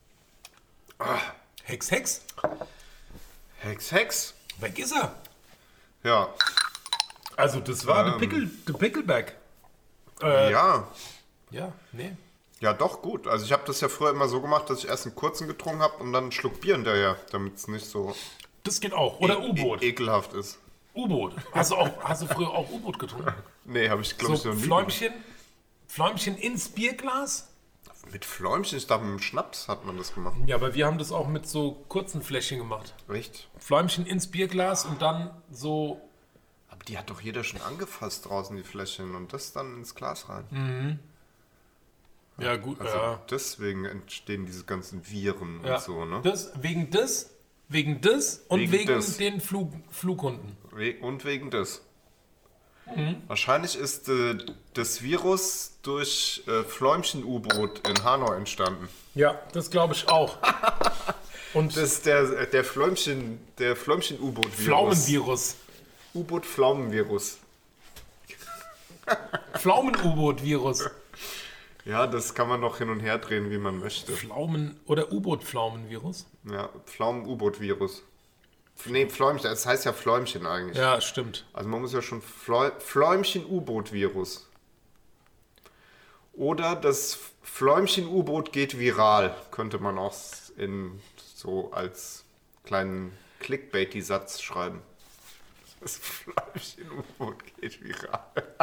Hex, Hex. Hex, Hex. Weg ist er. Ja. Also das war der Pickleback. Ja. Ja, nee. Ja, doch, gut. Also ich habe das ja früher immer so gemacht, dass ich erst einen kurzen getrunken habe und dann einen Schluck Bier hinterher, damit es nicht so Das geht auch. Oder U-Boot. ekelhaft ist. U-Boot. Hast du früher auch U-Boot getrunken? Nee, habe ich, glaube ich, So noch nie. Fläumchen ins Bierglas? Mit Fläumchen? Ich dachte, mit dem Schnaps hat man das gemacht. Ja, aber wir haben das auch mit so kurzen Fläschchen gemacht. Echt? Fläumchen ins Bierglas und dann so... Aber die hat doch jeder schon angefasst draußen, die Fläschchen, und das dann ins Glas rein. Ja, gut, Also ja. deswegen entstehen diese ganzen Viren Ja. und so, ne? Wegen des und wegen des. den Flughunden. Und wegen des. Mhm. Wahrscheinlich ist das Virus durch Fläumchen-U-Boot in Hanau entstanden. Ja, das glaube ich auch. Und Das ist der Fläumchen-U-Boot-Virus. Pflaumenvirus. U-Boot-Pflaumenvirus. Pflaumen-U-Boot-Virus. Ja, das kann man noch hin und her drehen, wie man möchte. Pflaumen- oder U-Boot-Pflaumenvirus? Ja, Pflaumen-U-Boot-Virus. Nee, Fläumchen, das heißt ja Fläumchen eigentlich. Ja, stimmt. Also man muss ja schon Fläumchen-U-Boot-Virus. Oder das Fläumchen-U-Boot geht viral, könnte man auch so als kleinen Clickbaity-Satz schreiben. Das Fläumchen-U-Boot geht viral.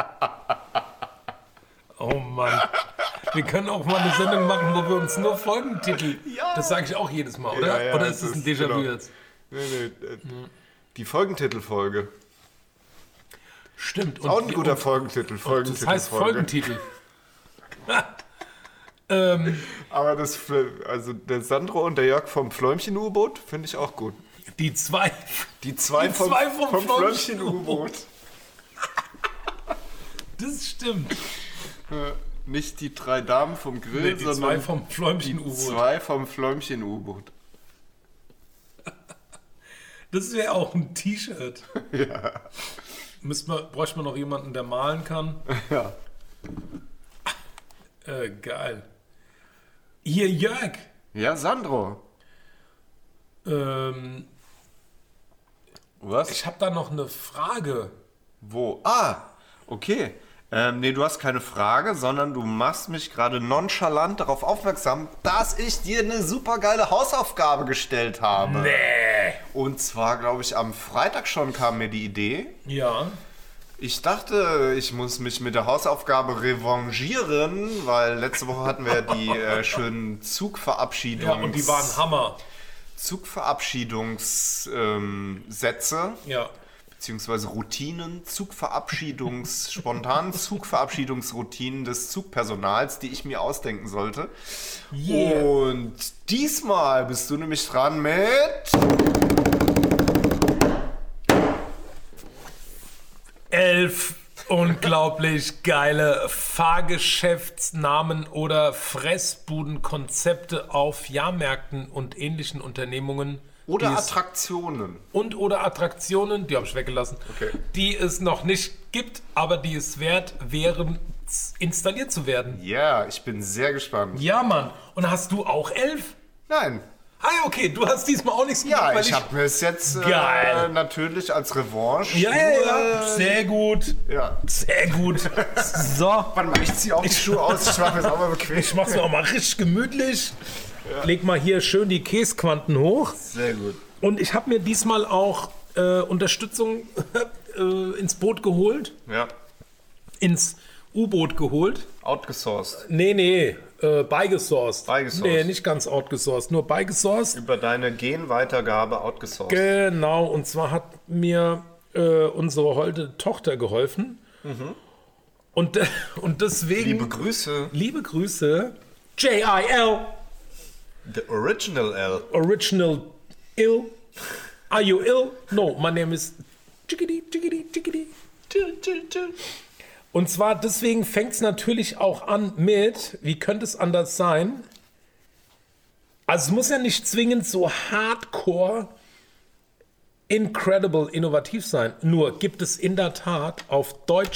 Oh Mann. Wir können auch mal eine Sendung machen, wo wir uns nur Folgentitel... Ja. Das sage ich auch jedes Mal, oder? Ja, Oder ist das ein Déjà-vu genau. jetzt? Nee, die Folgentitelfolge. Stimmt. Auch ein guter Folgentitel. Das heißt Folgentitel. Aber also der Sandro und der Jörg vom Fläumchen-U-Boot finde ich auch gut. Die zwei vom Fläumchen-U-Boot. Das stimmt. Nicht die 3 Damen vom Grill, Nee, die zwei sondern vom Fläumchen-U-Boot. 2 vom Fläumchen-U-Boot. Das wäre auch ein T-Shirt. Ja. Bräuchte man noch jemanden, der malen kann? Ja. Geil. Hier, Jörg. Ja, Sandro. Was? Ich habe da noch eine Frage. Wo? Okay. Nee, du hast keine Frage, sondern du machst mich gerade nonchalant darauf aufmerksam, dass ich dir eine super geile Hausaufgabe gestellt habe. Nee. Und zwar, glaube ich, am Freitag schon kam mir die Idee. Ja. Ich dachte, ich muss mich mit der Hausaufgabe revanchieren, weil letzte Woche hatten wir die schönen Zugverabschiedungen. Ja, und die waren Hammer. Zugverabschiedungssätze. Ja. Beziehungsweise Routinen, spontanen Zugverabschiedungsroutinen des Zugpersonals, die ich mir ausdenken sollte. Yeah. Und diesmal bist du nämlich dran mit 11 unglaublich geile Fahrgeschäftsnamen oder Fressbudenkonzepte auf Jahrmärkten und ähnlichen Unternehmungen. oder die es- Attraktionen. oder Attraktionen, die habe ich weggelassen, Okay. die es noch nicht gibt, aber die es wert wären, installiert zu werden. Ja, ich bin sehr gespannt. Ja, Mann. Und hast du auch 11? Nein. Ah ja, okay, du hast diesmal auch nichts Ja, weil ich habe mir es jetzt Geil. natürlich als Revanche. Ja, sehr gut. Ja. Sehr gut. So. Warte mal, ich ziehe auch die Schuhe aus. Ich mache es auch mal bequem. Ich mach's mir auch mal richtig gemütlich. Leg mal hier schön die Käsequanten hoch. Sehr gut. Und ich habe mir diesmal auch Unterstützung ins Boot geholt. Ja. Ins U-Boot geholt. Outgesourced. Nee, beigesourced. Beigesourced. Nee, nicht ganz outgesourced, nur beigesourced. Über deine Genweitergabe outgesourced. Genau, und zwar hat mir unsere holde Tochter geholfen. Und deswegen... Liebe Grüße. Liebe Grüße. J-I-L. The Original L. Original ill. Are you ill? No, my name is Chickadee, Chickadee, Chickadee. Chill, chill, chill. Und zwar deswegen fängt es natürlich auch an mit, wie könnte es anders sein? Also es muss ja nicht zwingend so hardcore, incredible, innovativ sein. Nur gibt es in der Tat auf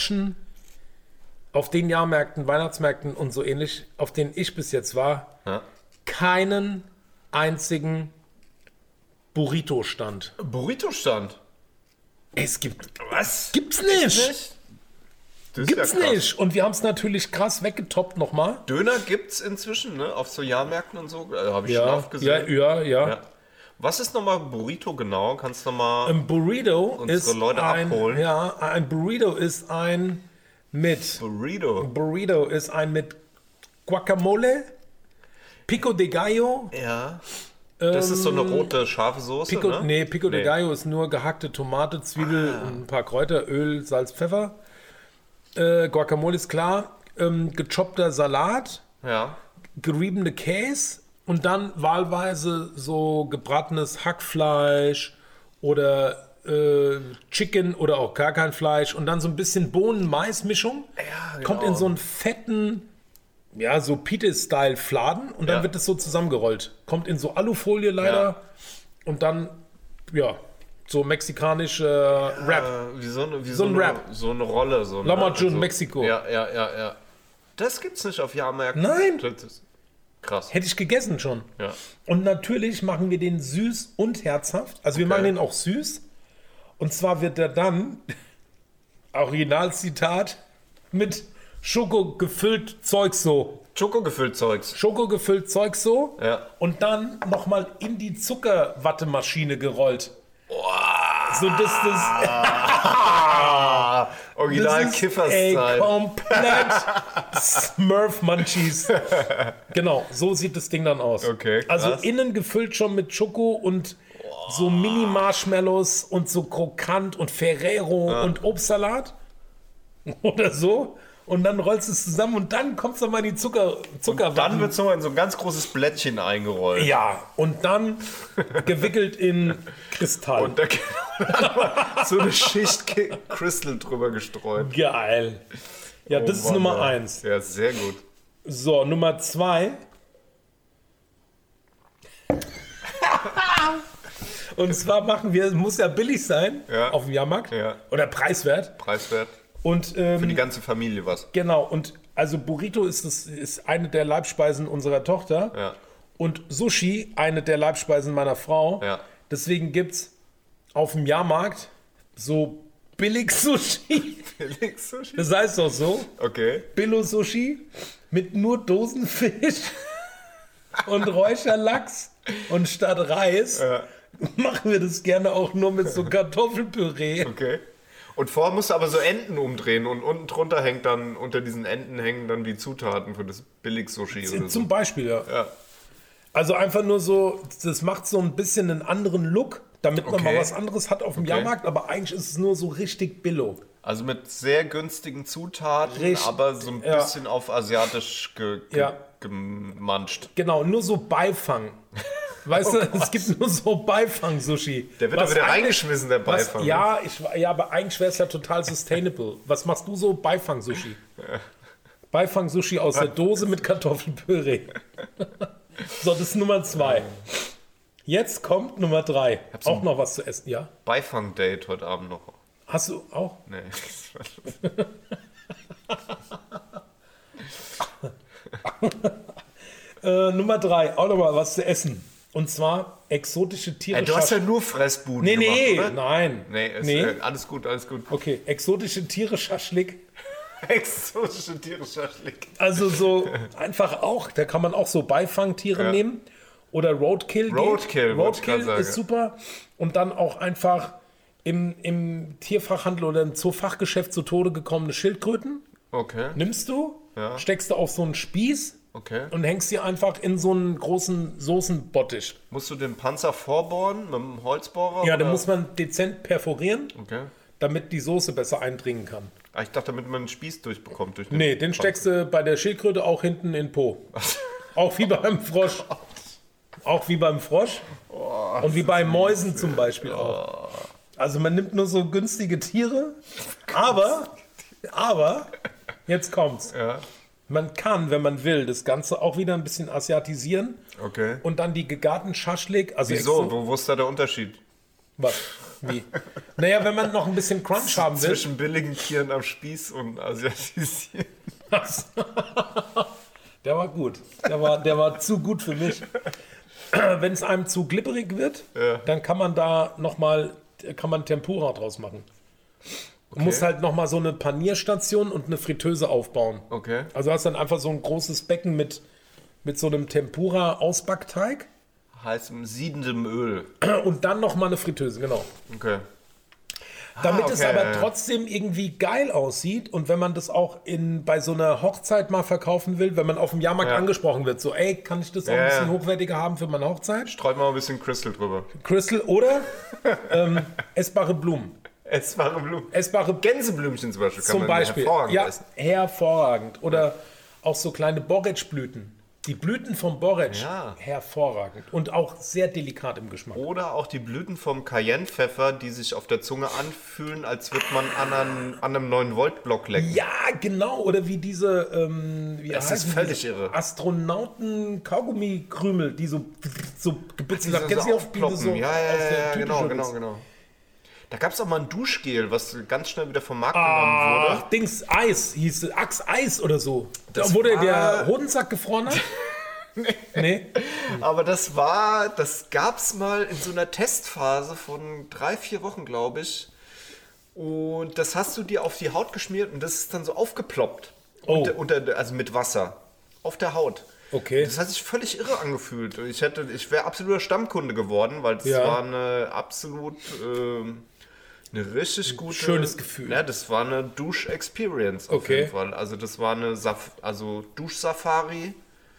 den Jahrmärkten, Weihnachtsmärkten und so ähnlich, auf denen ich bis jetzt war, Ja. keinen einzigen Burrito-Stand. Burrito-Stand. Es gibt. Was? Gibt's nicht! Das ist Gibt's ja krass. nicht! Und wir haben es natürlich krass weggetoppt nochmal. Döner gibt's inzwischen, ne? Auf so Jahrmärkten und so. Habe ich schon oft Ja, gesehen. ja. Ja. Was ist nochmal Burrito genau? Kannst du nochmal... Ein Burrito Unsere ist Leute ein, abholen. ja, ein Burrito ist ein mit Guacamole, Pico de Gallo. Ja. Das ist so eine rote, scharfe Soße, Pico, ne? nee, Pico de Gallo ist nur gehackte Tomate, Zwiebel, ein paar Kräuter, Öl, Salz, Pfeffer. Guacamole ist klar, gechoppter Salat, Ja. geriebene Käse und dann wahlweise so gebratenes Hackfleisch oder Chicken oder auch gar kein Fleisch und dann so ein bisschen Bohnen-Mais-Mischung. Ja, Kommt genau. in so einen fetten, ja, so Pite-Style-Fladen und dann Ja. wird es so zusammengerollt. Kommt in so Alufolie leider Ja. und dann, ja, so mexikanische Wrap. Wie so eine, So ein Wrap. So eine Rolle. So eine, Lamajun, Mexiko. Ja. Das gibt's nicht auf Jahrmärkten. Nein. Das ist krass. Hätte ich gegessen schon. Ja. Und natürlich machen wir den süß und herzhaft. Also wir machen den auch süß. Und zwar wird der dann, Originalzitat, mit Schoko gefüllt Zeug so. Schoko gefüllt Zeugs. Schoko gefüllt Zeug so. Ja. Und dann nochmal in die Zuckerwattemaschine gerollt. So dass Original das ist Kiffers-Style. komplett Smurf Munchies. Genau, so sieht das Ding dann aus. Okay, krass. Also innen gefüllt schon mit Schoko und so Mini-Marshmallows und so krokant und Ferrero und Obstsalat oder so. Und dann rollst du es zusammen und dann kommst du mal in die Zuckerwatte. Dann wird es nochmal in so ein ganz großes Blättchen eingerollt. Ja, und dann gewickelt in Kristall. Und da so eine Schicht Crystal drüber gestreut. Geil. Ja, das ist Mann, Nummer ja. 1. Ja, sehr gut. So, Nummer 2. Und zwar machen wir, muss ja billig sein Ja. auf dem Jahrmarkt Ja. oder preiswert. Preiswert. Und Für die ganze Familie was. genau, und also Burrito ist eine der Leibspeisen unserer Tochter Ja. und Sushi eine der Leibspeisen meiner Frau. Ja. Deswegen gibt es auf dem Jahrmarkt so Billig-Sushi. Billig-Sushi? Das heißt doch so. Okay. Billo-Sushi mit nur Dosenfisch und Räucherlachs und statt Reis machen wir das gerne auch nur mit so Kartoffelpüree. Okay. Und vorher musst du aber so Enten umdrehen und unten drunter hängt dann, unter diesen Enten hängen dann die Zutaten für das Billig-Sushi oder so. Zum Beispiel, ja. Also einfach nur so, das macht so ein bisschen einen anderen Look, damit man mal was anderes hat auf dem Jahrmarkt, aber eigentlich ist es nur so richtig billo. Also mit sehr günstigen Zutaten, aber so ein bisschen auf asiatisch gemanscht. Genau, nur so Beifang. Weißt du, es gibt nur so Beifang-Sushi. Der wird doch wieder reingeschmissen, der Beifang. Aber eigentlich wäre es ja total sustainable. Was machst du so? Beifang-Sushi. Beifang-Sushi aus der Dose mit Kartoffelpüree. So, das ist Nummer 2. Jetzt kommt Nummer 3. Auch noch was zu essen, ja? Beifang-Date heute Abend noch. Hast du auch? Nee. Nummer 3, auch noch mal was zu essen. Und zwar exotische Tiere. Du hast ja nur Fressbuden gemacht, oder? Nein. Alles gut. Okay, exotische Tiere Schaschlik. Exotische Tiere Schaschlik. Also so einfach auch, da kann man auch so Beifangtiere nehmen. Oder Roadkill. Roadkill ist super. Und dann auch einfach im Tierfachhandel oder im Zoofachgeschäft zu Tode gekommene Schildkröten. Okay. Nimmst du, steckst du auf so einen Spieß und hängst sie einfach in so einen großen Soßenbottich. Musst du den Panzer vorbohren mit dem Holzbohrer? Ja, den muss man dezent perforieren, okay, damit die Soße besser eindringen kann. Ah, ich dachte, damit man einen Spieß durchbekommt. Durch den den steckst du bei der Schildkröte auch hinten in den Po. Auch wie beim Frosch. Auch wie beim Frosch. Und wie bei Mäusen zum Beispiel auch. Also man nimmt nur so günstige Tiere, aber jetzt kommt's. Ja. Man kann, wenn man will, das Ganze auch wieder ein bisschen asiatisieren. Okay. Und dann die gegarten Schaschlik. Also wieso? Wo ist da der Unterschied? Was? Wie? Naja, wenn man noch ein bisschen Crunch haben will. Zwischen billigen Tieren am Spieß und asiatisieren. Der war gut. Der war zu gut für mich. Wenn es einem zu glibberig wird, dann kann man da nochmal Tempura draus machen. Du musst halt nochmal so eine Panierstation und eine Fritteuse aufbauen. Okay. Also hast dann einfach so ein großes Becken mit so einem Tempura-Ausbackteig. Heißem siedendem Öl. Und dann nochmal eine Fritteuse, genau. Okay. Damit es aber trotzdem irgendwie geil aussieht und wenn man das auch bei so einer Hochzeit mal verkaufen will, wenn man auf dem Jahrmarkt angesprochen wird, so ey, kann ich das auch ein bisschen hochwertiger haben für meine Hochzeit? Streut mal ein bisschen Crystal drüber. Crystal oder essbare Blumen. Essbare Blumen. Essbare Gänseblümchen zum Beispiel. Kann man hervorragend essen. Hervorragend. Oder auch so kleine Borretschblüten. Die Blüten vom Borretsch, hervorragend. Und auch sehr delikat im Geschmack. Oder auch die Blüten vom Cayennepfeffer, die sich auf der Zunge anfühlen, als würde man an einem 9-Volt-Block lecken. Ja, genau. Oder wie diese, das ist völlig irre. Astronauten-Kaugummi-Krümel, die so gebitzelt haben. Kennst du auf die so genau. Da gab es auch mal ein Duschgel, was ganz schnell wieder vom Markt genommen wurde. Eis hieß es. Axe Eis oder so. Da wurde der Hodensack gefroren hat? Nee. Aber das gab es mal in so einer Testphase von 3-4 Wochen, glaube ich. Und das hast du dir auf die Haut geschmiert und das ist dann so aufgeploppt. Also mit Wasser. Auf der Haut. Okay. Das hat sich völlig irre angefühlt. Ich wäre absoluter Stammkunde geworden, weil das war eine absolut... eine richtig gute... Schönes Gefühl. Ja, das war eine Dusch-Experience auf jeden Fall. Also das war eine Duschsafari,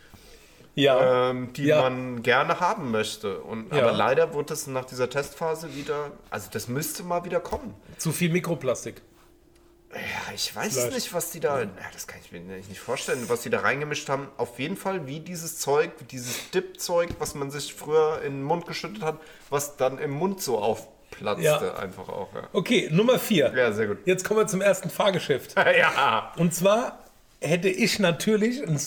die man gerne haben möchte. Aber leider wurde es nach dieser Testphase wieder... Also das müsste mal wieder kommen. Zu viel Mikroplastik. Ja, ich weiß nicht, was die da... Ja, das kann ich mir nicht vorstellen, was die da reingemischt haben. Auf jeden Fall wie dieses Zeug, dieses Dip-Zeug, was man sich früher in den Mund geschüttet hat, was dann im Mund so aufplatzte einfach auch. Ja. Okay, Nummer 4. Ja, sehr gut. Jetzt kommen wir zum ersten Fahrgeschäft. Ja. Und zwar hätte ich natürlich ein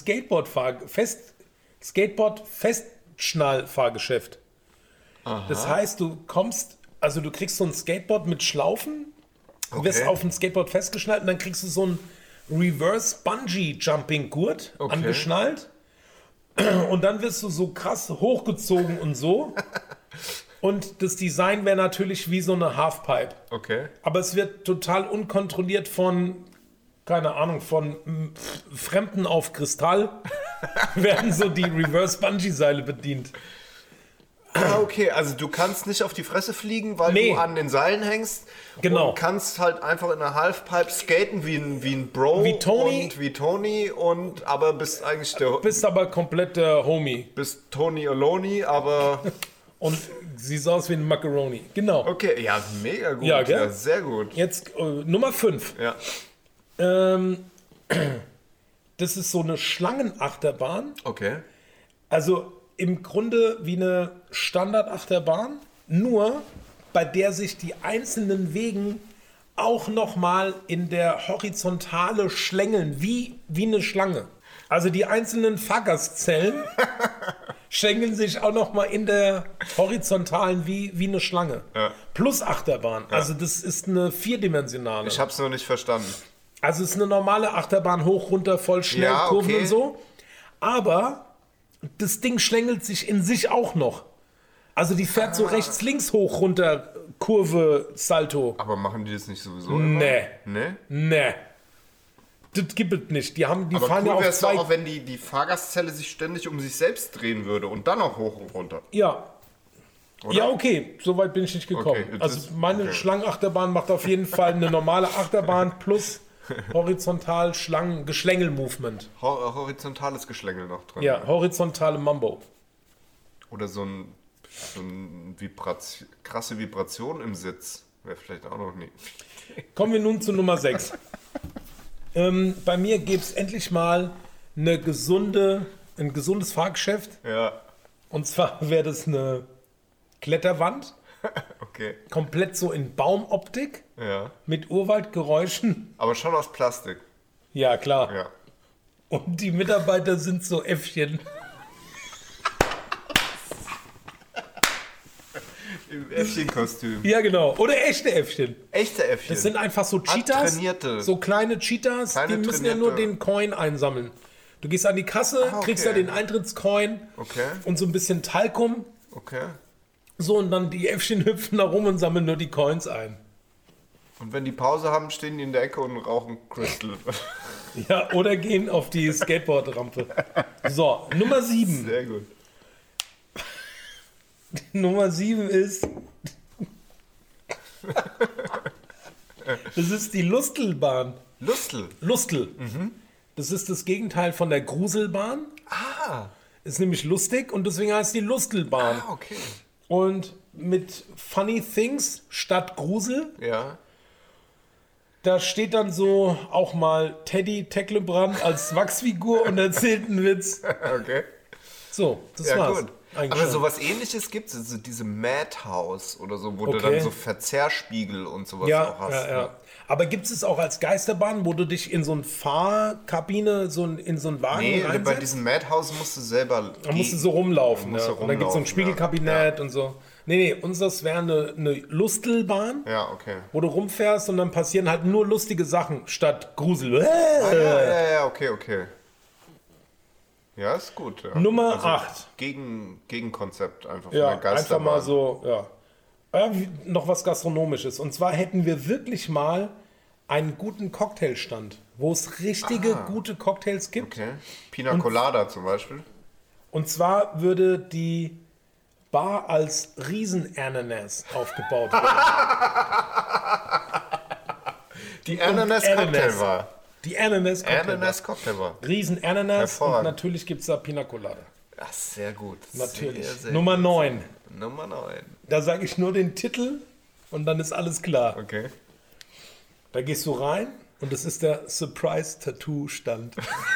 Skateboard-Festschnall-Fahrgeschäft. Das heißt, du kriegst so ein Skateboard mit Schlaufen, du wirst auf dem Skateboard festgeschnallt und dann kriegst du so einen Reverse-Bungee-Jumping-Gurt angeschnallt und dann wirst du so krass hochgezogen und so. Und das Design wäre natürlich wie so eine Halfpipe. Okay. Aber es wird total unkontrolliert von, keine Ahnung, von Fremden auf Kristall werden so die Reverse-Bungee-Seile bedient. Okay, also du kannst nicht auf die Fresse fliegen, weil Nee. du an den Seilen hängst. Genau. Und kannst halt einfach in der Halfpipe skaten wie ein Bro. Wie Tony und aber bist eigentlich Bist aber komplett der Homie. bist Tony Aloni, aber Und siehst aus wie ein Macaroni. Genau. okay, ja, mega gut. Ja, gell? Sehr gut. Jetzt Nummer 5. Ja. Das ist so eine Schlangenachterbahn. Okay. Also im Grunde wie eine Standardachterbahn, nur bei der sich die einzelnen Wegen auch nochmal in der Horizontale schlängeln, wie eine Schlange. Also die einzelnen Fahrgastzellen schlängeln sich auch nochmal in der Horizontalen wie eine Schlange. Ja. Plus Achterbahn. Also das ist eine vierdimensionale. Ich hab's noch nicht verstanden. Also es ist eine normale Achterbahn, hoch, runter, voll schnell, Ja, Kurven okay. und so. Aber das Ding schlängelt sich in sich auch noch. Also die fährt so rechts, links, hoch, runter, Kurve, Salto. Aber machen die das nicht sowieso immer? Nee, Ne? nee. Das gibt es nicht. Die Aber fahren cool ja auf wär's doch zwei... auch, wenn die Fahrgastzelle sich ständig um sich selbst drehen würde und dann auch hoch und runter. Ja. Oder? Ja, okay. So weit bin ich nicht gekommen. Okay, jetzt Also ist- meine okay. Schlangenachterbahn macht auf jeden Fall eine normale Achterbahn plus horizontal Geschlängel-Movement. Horizontales Geschlängel noch drin. Ja, horizontale Mambo. Oder so ein krasse Vibration im Sitz. Wäre vielleicht auch noch nie. Kommen wir nun zu Nummer 6. Bei mir gäbe es endlich mal ein gesundes Fahrgeschäft. Ja, Und zwar wäre das eine Kletterwand, okay. komplett so in Baumoptik, Ja. mit Urwaldgeräuschen. Aber schon aus Plastik. Ja, klar. Ja. Und die Mitarbeiter sind so Äffchen. Im Äffchenkostüm. Ja, genau. Oder echte Äffchen. Echte Äffchen. Das sind einfach so Cheetahs. Trainierte. So kleine Cheetahs, Kleine die müssen ja nur trainierte. den Coin einsammeln. Du gehst an die Kasse, okay. kriegst da den Eintrittscoin Okay. und so ein bisschen Talkum. Okay. So, und dann die Äffchen hüpfen da rum und sammeln nur die Coins ein. Und wenn die Pause haben, stehen die in der Ecke und rauchen Crystal. Ja, oder gehen auf die Skateboard-Rampe. So, Nummer 7. Sehr gut. Nummer 7 ist... Das ist die Lustelbahn. Lustel. Lustel. Das ist das Gegenteil von der Gruselbahn. Ah. Ist nämlich lustig und deswegen heißt die Lustelbahn. Ah, okay. Und mit Funny Things statt Grusel, Ja. da steht dann so auch mal Teddy Tecklebrand als Wachsfigur und erzählt einen Witz. Okay. So, das Ja, war's. gut. Eigentlich Aber schon. sowas ähnliches gibt es, also diese Madhouse oder so, wo du Okay. dann so Verzehrspiegel und sowas Ja, auch hast. ja, ja. Ne? Aber gibt es auch als Geisterbahn, wo du dich in so eine Fahrkabine, in so einen Wagen Nee, bei reinsetzt? diesem Madhouse musst du selber. Da musst du so rumlaufen. musst Ja. du Und dann gibt es so ein rumlaufen, Spiegelkabinett und so. Nee, unseres wäre eine Lustelbahn, Ja, okay. wo du rumfährst und dann passieren halt nur lustige Sachen statt Grusel. Ja, okay. Ja, ist gut. Ja. Nummer 8. Gegenkonzept einfach Ja, von der einfach Geisterbahn. mal so, ja. Noch was Gastronomisches. Und zwar hätten wir wirklich mal einen guten Cocktailstand, wo es richtige gute Cocktails gibt. Okay. Pina Colada zum Beispiel. Und zwar würde die Bar als Riesen-Ananas aufgebaut werden. Die Ananas Ananas. Cocktail war. Die Ananas Cocktail. Ananas Cocktail war. Riesen-Ananas und Hervorragend. natürlich gibt es da Pina Colada. Ach, sehr gut. Natürlich. Sehr, sehr Nummer gut. 9. Nummer 9. Da sage ich nur den Titel und dann ist alles klar. Okay. Da gehst du rein und das ist der Surprise-Tattoo-Stand.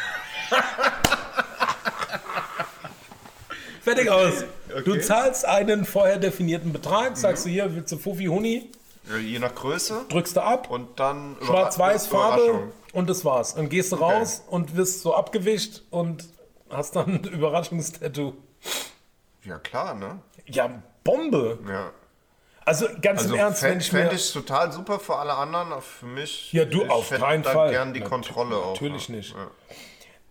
Fertig aus. Du zahlst einen vorher definierten Betrag, sagst du hier, willst du Fuffi Huni, Je nach Größe drückst du ab, und dann schwarz-weiß Farbe Überraschung. und das war's. Und gehst du raus und wirst so abgewischt und hast dann ein Überraschungstattoo. Ja, klar, ne? Ja, Bombe. Ja. Also ganz im Ernst, wenn ich mir... fände ich total super für alle anderen, aber für mich. Ja, du ich auf hätte keinen da Fall. gern die Kontrolle auch. Natürlich ja. nicht. Ja.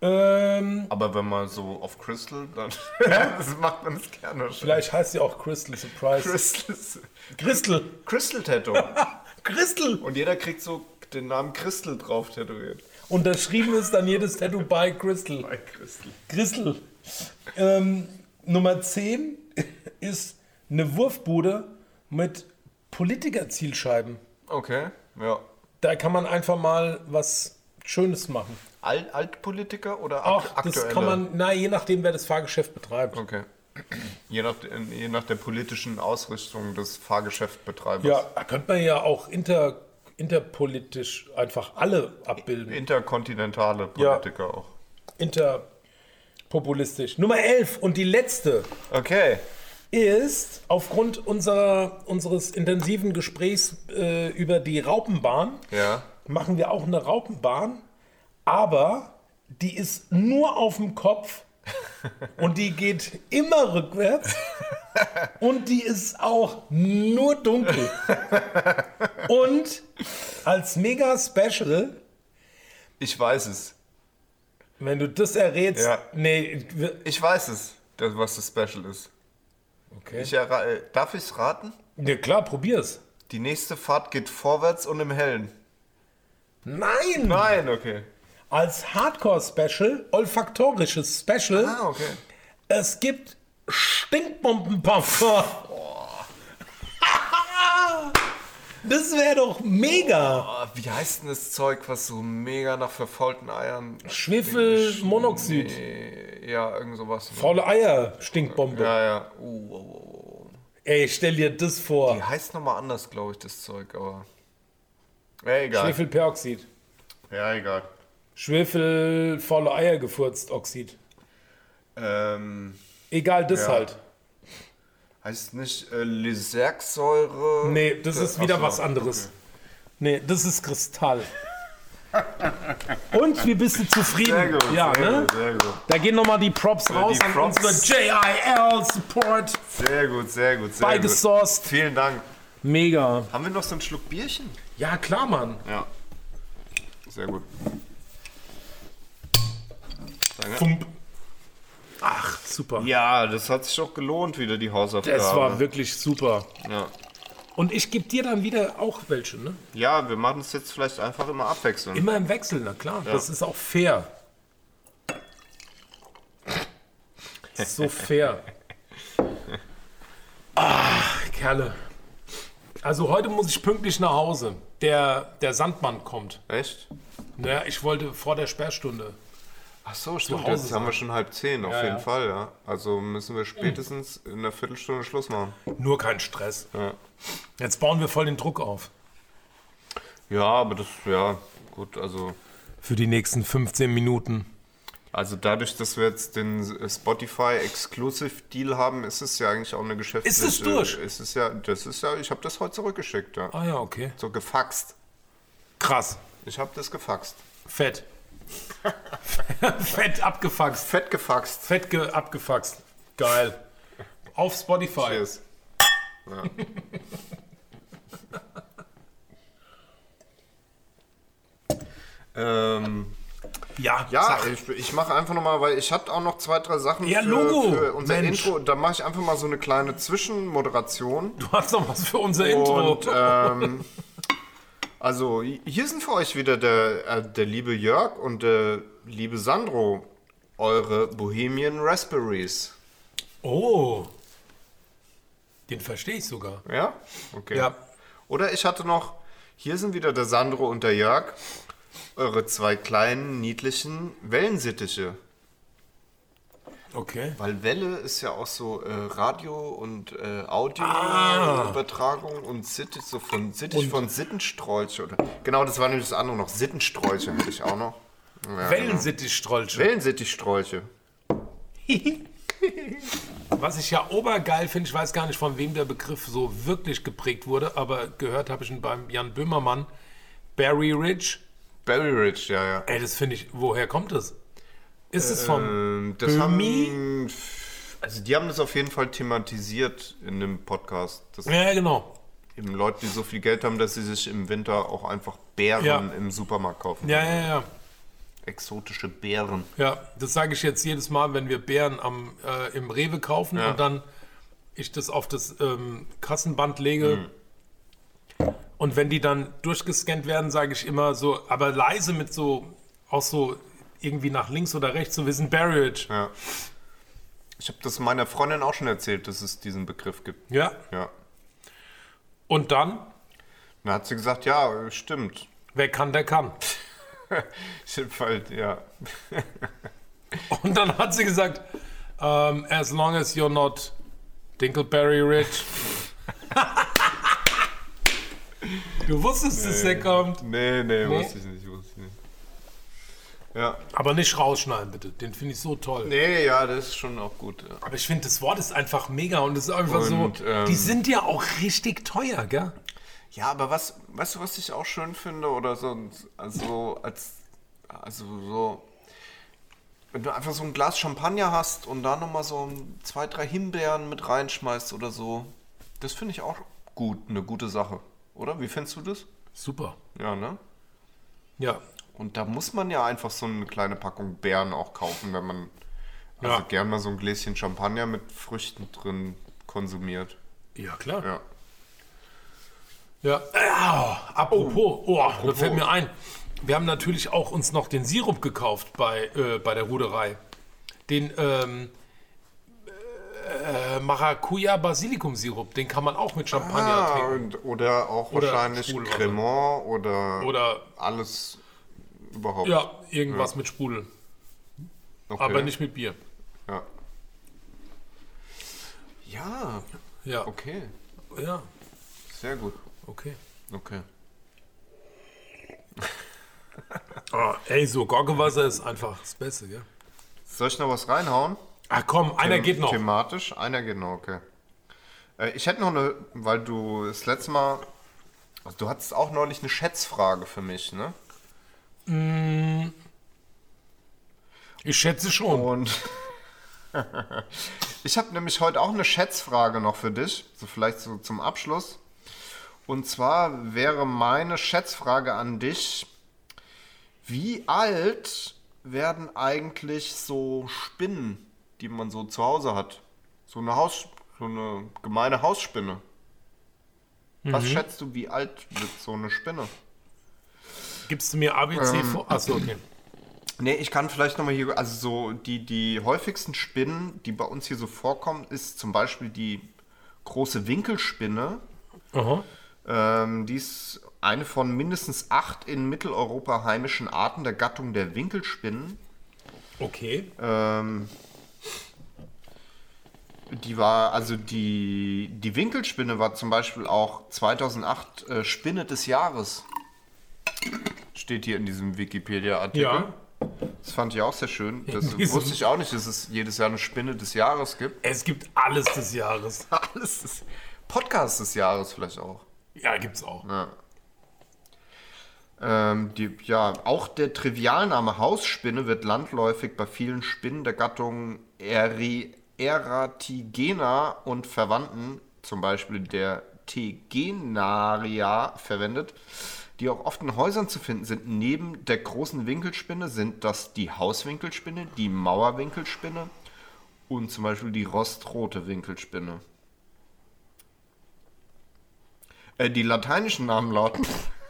Aber wenn man so auf Crystal, dann das macht man es gerne. Vielleicht heißt sie auch Crystal Surprise. Crystal Tattoo. Crystal! Und jeder kriegt so den Namen Crystal drauf tätowiert. Unterschrieben ist dann jedes Tattoo bei Crystal. Bei Crystal. Crystal. Nummer 10 ist eine Wurfbude mit Politikerzielscheiben. Okay, ja. Da kann man einfach mal was Schönes machen. Altpolitiker oder Ach, aktuelle? das kann man, je nachdem, wer das Fahrgeschäft betreibt. Okay. Je nach der politischen Ausrichtung des Fahrgeschäftbetreibers. Ja, da könnte man ja auch interpolitisch einfach alle abbilden. Interkontinentale Politiker auch. Interpopulistisch. Nummer 11 und die letzte Okay. ist, aufgrund unseres intensiven Gesprächs über die Raupenbahn, machen wir auch eine Raupenbahn, aber die ist nur auf dem Kopf und die geht immer rückwärts und die ist auch nur dunkel. Und als mega Special, Ich weiß es. wenn du das errätst, Ja. nee, Ich weiß es, was das Special ist. okay. Darf ich es raten? Ja klar, probier's. Die nächste Fahrt geht vorwärts und im Hellen. Nein! Nein, okay. Als Hardcore-Special, olfaktorisches Special, Okay. es gibt Stinkbombenparfum. Das wäre doch mega. Wie heißt denn das Zeug, was so mega nach verfaulten Eiern... Schwefelmonoxid. Ja, irgend sowas. Ne? Faule Eier, Stinkbombe. Ja. Ey, stell dir das vor. Die heißt nochmal anders, glaube ich, das Zeug, aber... Ja, egal. Schwefelperoxid. Ja, egal. Schwefel, faule Eier gefurzt, Oxid. Egal, das halt. Heißt nicht Lysergsäure? Nee, das ist wieder Achso, was anderes. okay. Nee, das ist Kristall. Und wie bist du zufrieden? Sehr gut, ja, sehr ne? gut, sehr gut. Da gehen nochmal die Props raus die an Props. unsere JIL Support. Sehr gut, sehr gut, sehr Beigesourced. gut. Vielen Dank. Mega. Haben wir noch so einen Schluck Bierchen? Ja, klar, Mann. Ja. Sehr gut. Danke. Fump. Ach, super. Ja, das hat sich doch gelohnt, wieder die Hausaufgabe. Das war wirklich super. Ja. Und ich gebe dir dann wieder auch welche, ne? Ja, wir machen es jetzt vielleicht einfach immer abwechselnd. Immer im Wechsel, na klar. Das ist auch fair. Das ist so fair. Kerle. Also heute muss ich pünktlich nach Hause. Der Sandmann kommt. Echt? Naja, ich wollte vor der Sperrstunde. Ach so, stimmt. Hause Jetzt haben wir sein. schon 9:30, auf Ja, jeden ja. Fall, ja. Also müssen wir spätestens in einer Viertelstunde Schluss machen. Nur kein Stress. Ja. Jetzt bauen wir voll den Druck auf. Ja, aber das, ja, gut, also Für die nächsten 15 Minuten. dadurch, dass wir jetzt den Spotify Exclusive Deal haben, ist es ja eigentlich auch eine geschäftliche... Ist es durch? Ich habe das heute zurückgeschickt, ja. Ah ja, okay. So gefaxt. Krass. Ich habe das gefaxt. Fett. Fett abgefaxt. Fett gefaxt. Abgefaxt. Geil. Auf Spotify. Cheers. Ja, Ja, sag. ich mache einfach nochmal, weil ich hatte auch noch 2, 3 Sachen Ja, Logo. für unser Mensch. Intro. Da mache ich einfach mal so eine kleine Zwischenmoderation. Du hast noch was für unser Intro. Und also hier sind für euch wieder der liebe Jörg und der liebe Sandro, eure Bohemian Raspberries. Oh. Den verstehe ich sogar. Ja? Okay. Ja. Oder ich hatte noch, hier sind wieder der Sandro und der Jörg, eure 2 kleinen, niedlichen Wellensittiche. Okay. Weil Welle ist ja auch so Radio- und Audioübertragung und Sittich, so von Sittich von Sittenstrolche. Oder, genau, das war nämlich das andere noch. Sittenstrolche hätte ich auch noch. Ja, Wellensittichstrolche. Wellensittichstrolche. Was ich ja obergeil finde, ich weiß gar nicht, von wem der Begriff so wirklich geprägt wurde, aber gehört habe ich ihn beim Jan Böhmermann. Berry Ridge. Berry Ridge, ja. Ey, das finde ich, woher kommt das? Ist es vom Das Böhmi? also die haben das auf jeden Fall thematisiert in dem Podcast. Das Ja, genau. eben Leute, die so viel Geld haben, dass sie sich im Winter auch einfach Beeren Ja. im Supermarkt kaufen. Ja. exotische Beeren. Ja, das sage ich jetzt jedes Mal, wenn wir Beeren im Rewe kaufen und dann ich das auf das Kassenband lege. Und wenn die dann durchgescannt werden, sage ich immer so, aber leise mit so, auch so irgendwie nach links oder rechts, so wir sind Barrage. Ja. Ich habe das meiner Freundin auch schon erzählt, dass es diesen Begriff gibt. Ja. Ja. Und dann, Dann hat sie gesagt, ja, stimmt. wer kann, der kann. Ich hab halt, ja. Und dann hat sie gesagt, as long as you're not Dinkleberry rich. Du wusstest, dass der kommt. Nee, wusste ich nicht. Ja. Aber nicht rausschneiden, bitte. Den finde ich so toll. Nee, ja, das ist schon auch gut. Ja. Aber ich finde, das Wort ist einfach mega und es ist einfach Und, so. Die sind ja auch richtig teuer, gell? Ja, aber weißt du, was ich auch schön finde? Oder so, wenn du einfach so ein Glas Champagner hast und da nochmal so 2, 3 Himbeeren mit reinschmeißt oder so. Das finde ich auch gut, eine gute Sache. Oder? Wie findest du das? Super. Ja, ne? Ja. Und da muss man ja einfach so eine kleine Packung Beeren auch kaufen, wenn man gern mal so ein Gläschen Champagner mit Früchten drin konsumiert. Ja, klar. Ja. Ja. Apropos, da fällt mir ein. Wir haben natürlich auch uns noch den Sirup gekauft bei der Ruderei. Den Maracuja-Basilikum-Sirup. Den kann man auch mit Champagner trinken. Oder auch wahrscheinlich Sprudelwasser. Cremant oder alles überhaupt. Ja, irgendwas mit Sprudel. Okay. Aber nicht mit Bier. Ja. Ja, Ja. okay. Ja, Sehr gut. okay. Okay. Ey, so Gurkenwasser ist einfach das Beste, gell? Soll ich noch was reinhauen? Ach komm, einer geht noch. Thematisch? Einer geht noch, okay. Ich hätte noch eine, weil du das letzte Mal, also du hattest auch neulich eine Schätzfrage für mich, ne? Ich schätze schon. Und ich habe nämlich heute auch eine Schätzfrage noch für dich, so vielleicht so zum Abschluss. Und zwar wäre meine Schätzfrage an dich, wie alt werden eigentlich so Spinnen, die man so zu Hause hat? So eine gemeine Hausspinne. Was schätzt du, wie alt wird so eine Spinne? Gibst du mir ABC vor? Achso, okay. Nee, ich kann vielleicht nochmal hier, also so die häufigsten Spinnen, die bei uns hier so vorkommen, ist zum Beispiel die große Winkelspinne. Aha. Die ist eine von mindestens 8 in Mitteleuropa heimischen Arten der Gattung der Winkelspinnen. Okay. Die Winkelspinne war zum Beispiel auch 2008 Spinne des Jahres. Steht hier in diesem Wikipedia-Artikel. Ja. Das fand ich auch sehr schön. Das diesem- wusste ich auch nicht, dass es jedes Jahr eine Spinne des Jahres gibt. Es gibt alles des Jahres. Alles. Podcast des Jahres vielleicht auch. Ja, gibt's auch. Auch der Trivialname Hausspinne wird landläufig bei vielen Spinnen der Gattung Eratigena und Verwandten, zum Beispiel der Tegenaria, verwendet, die auch oft in Häusern zu finden sind. Neben der großen Winkelspinne sind das die Hauswinkelspinne, die Mauerwinkelspinne und zum Beispiel die rostrote Winkelspinne. Die lateinischen Namen lauten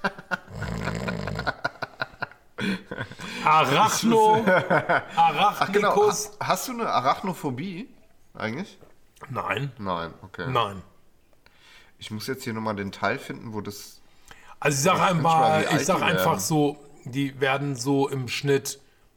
Arachnicus. Hast du eine Arachnophobie eigentlich? Nein. Nein, okay. Nein. Ich muss jetzt hier nochmal den Teil finden, wo das... Also ich sage Ich einfach, mal, wie alt die einfach werden. so, die werden so im Schnitt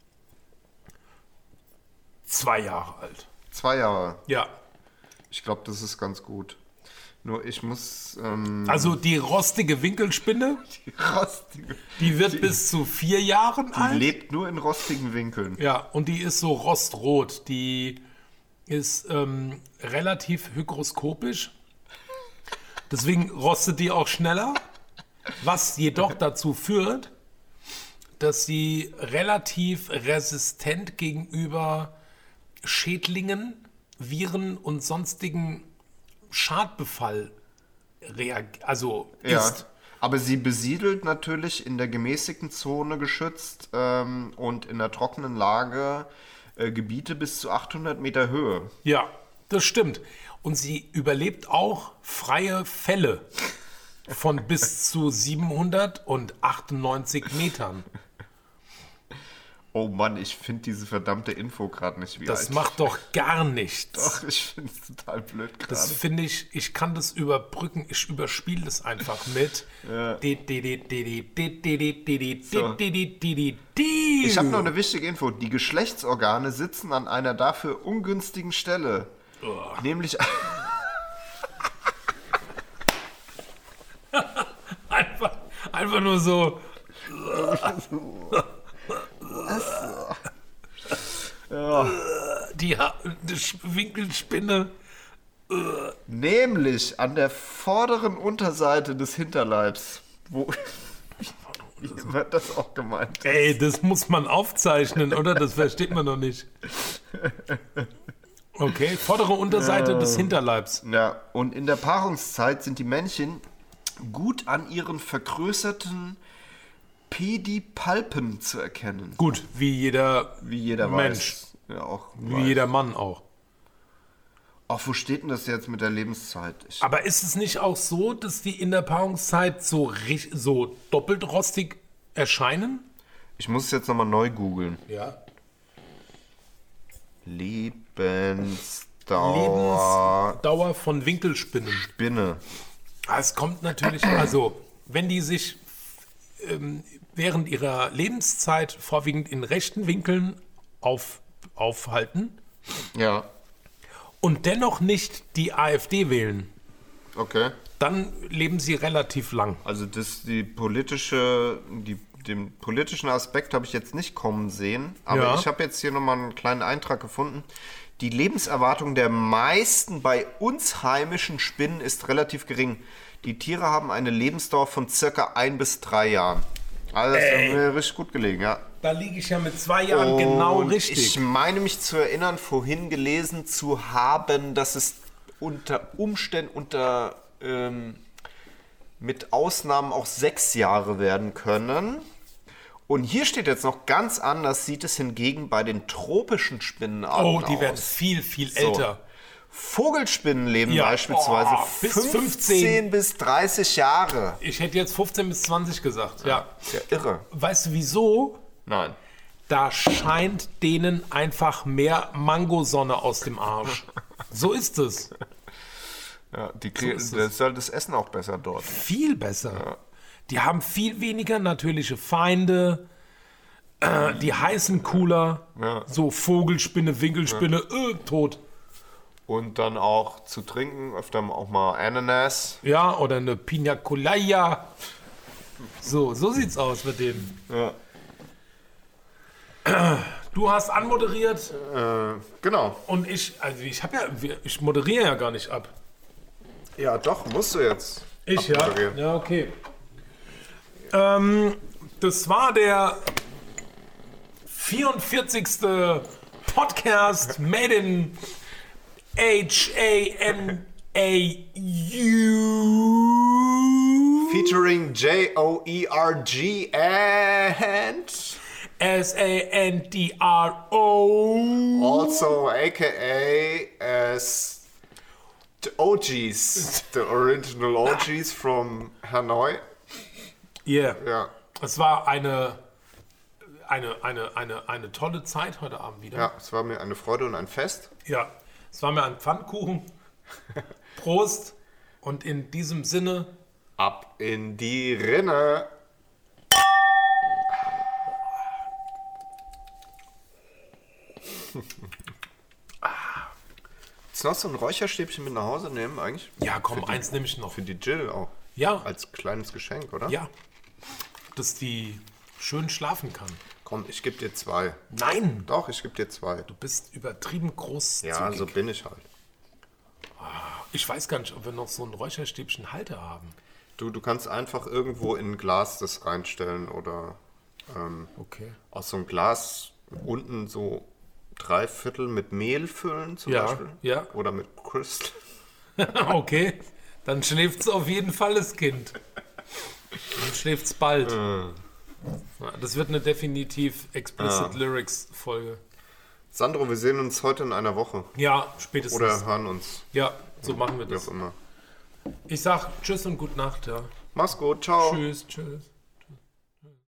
2 Jahre alt. 2 Jahre. Ja. Ich glaube, das ist ganz gut. Nur ich muss... Also die rostige Winkelspinne, die wird bis zu 4 Jahren Die alt. lebt nur in rostigen Winkeln. Ja, und die ist so rostrot. Die ist relativ hygroskopisch. Deswegen rostet die auch schneller. Was jedoch dazu führt, dass sie relativ resistent gegenüber Schädlingen, Viren und sonstigen Schadbefall ist. Aber sie besiedelt natürlich in der gemäßigten Zone geschützt und in der trockenen Lage Gebiete bis zu 800 Meter Höhe. Ja, das stimmt. Und sie überlebt auch freie Fälle von bis zu 798 Metern. Oh Mann, ich finde diese verdammte Info gerade nicht wieder. Das macht doch gar nichts. Doch, ich finde es total blöd gerade. Das finde ich kann das überbrücken, ich überspiele das einfach mit. Ich habe noch eine wichtige Info. Die Geschlechtsorgane sitzen an einer dafür ungünstigen Stelle. Nämlich... einfach nur so. Die Winkelspinne. Nämlich an der vorderen Unterseite des Hinterleibs. Wo... Wie wird das auch gemeint? Ey, das muss man aufzeichnen, oder? Das versteht man noch nicht. Okay, vordere Unterseite des Hinterleibs. Ja, und in der Paarungszeit sind die Männchen gut an ihren vergrößerten Pedipalpen zu erkennen. Gut, wie jeder Mensch. Weiß. Ja, auch wie jeder Mann auch. Ach, wo steht denn das jetzt mit der Lebenszeit? Aber ist es nicht auch so, dass die in der Paarungszeit so doppelt rostig erscheinen? Ich muss es jetzt nochmal neu googeln. Ja. Lebensdauer von Winkelspinnen. Spinne. Es kommt natürlich, also wenn die sich während ihrer Lebenszeit vorwiegend in rechten Winkeln aufhalten Ja. und dennoch nicht die AfD wählen, Okay. dann leben sie relativ lang. Also den politischen Aspekt habe ich jetzt nicht kommen sehen, aber Ja. ich habe jetzt hier nochmal einen kleinen Eintrag gefunden. Die Lebenserwartung der meisten bei uns heimischen Spinnen ist relativ gering. Die Tiere haben eine Lebensdauer von circa 1 bis 3 Jahren. Also das ist mir richtig gut gelegen, ja. Da liege ich ja mit 2 Jahren genau Und richtig. Ich meine mich zu erinnern, vorhin gelesen zu haben, dass es unter Umständen mit Ausnahmen auch 6 Jahre werden können. Und hier steht jetzt noch ganz anders, sieht es hingegen bei den tropischen Spinnenarten aus. Die werden viel, viel älter. Vogelspinnen leben Ja. beispielsweise Bis 15 bis 30 Jahre. Ich hätte jetzt 15 bis 20 gesagt, ja. Ist ja irre. Weißt du wieso? Nein. Da scheint denen einfach mehr Mangosonne aus dem Arsch. So ist es. Ja, ist das ist halt das Essen auch besser dort. Viel besser. Ja. Die haben viel weniger natürliche Feinde. Die heißen cooler. Ja. So Vogelspinne, Winkelspinne, tot. Und dann auch zu trinken, öfter auch mal Ananas. Ja, oder eine Pina Colada. So sieht's aus mit denen. Ja. Du hast anmoderiert. Genau. Und ich moderiere ja gar nicht ab. Ja, doch, musst du jetzt. Ich, ja? abmoderieren. Ja, okay. Das war der 44. Podcast made in HANAU Featuring JOERG and SANDRO. also aka as the OGs, the original OGs from Hanoi. Yeah. Ja. Es war eine tolle Zeit heute Abend wieder. Ja, es war mir eine Freude und ein Fest. Ja, es war mir ein Pfannkuchen. Prost. Und in diesem Sinne. Ab in die Rinne. Jetzt noch so ein Räucherstäbchen mit nach Hause nehmen eigentlich? Ja, komm, eins nehme ich noch. Für die Jill auch. Ja. Als kleines Geschenk, oder? Ja. Dass die schön schlafen kann. Komm, ich gebe dir 2. Nein! Doch, ich gebe dir 2. Du bist übertrieben großzügig. Ja, so bin ich halt. Ich weiß gar nicht, ob wir noch so ein Räucherstäbchen-Halter haben. Du kannst einfach irgendwo in ein Glas das reinstellen oder Okay. aus so einem Glas unten so 3/4 mit Mehl füllen zum Ja, Beispiel. ja. Oder mit Crystal. Okay. Dann schläft auf jeden Fall das Kind. Dann schläft's bald. Ja, das wird eine definitiv Explicit Lyrics Folge. Sandro, wir sehen uns heute in einer Woche. Ja, spätestens. Oder hören uns. Ja, so machen wir das. Wie auch immer. Ich sag Tschüss und Gute Nacht. Ja. Mach's gut, ciao. Tschüss.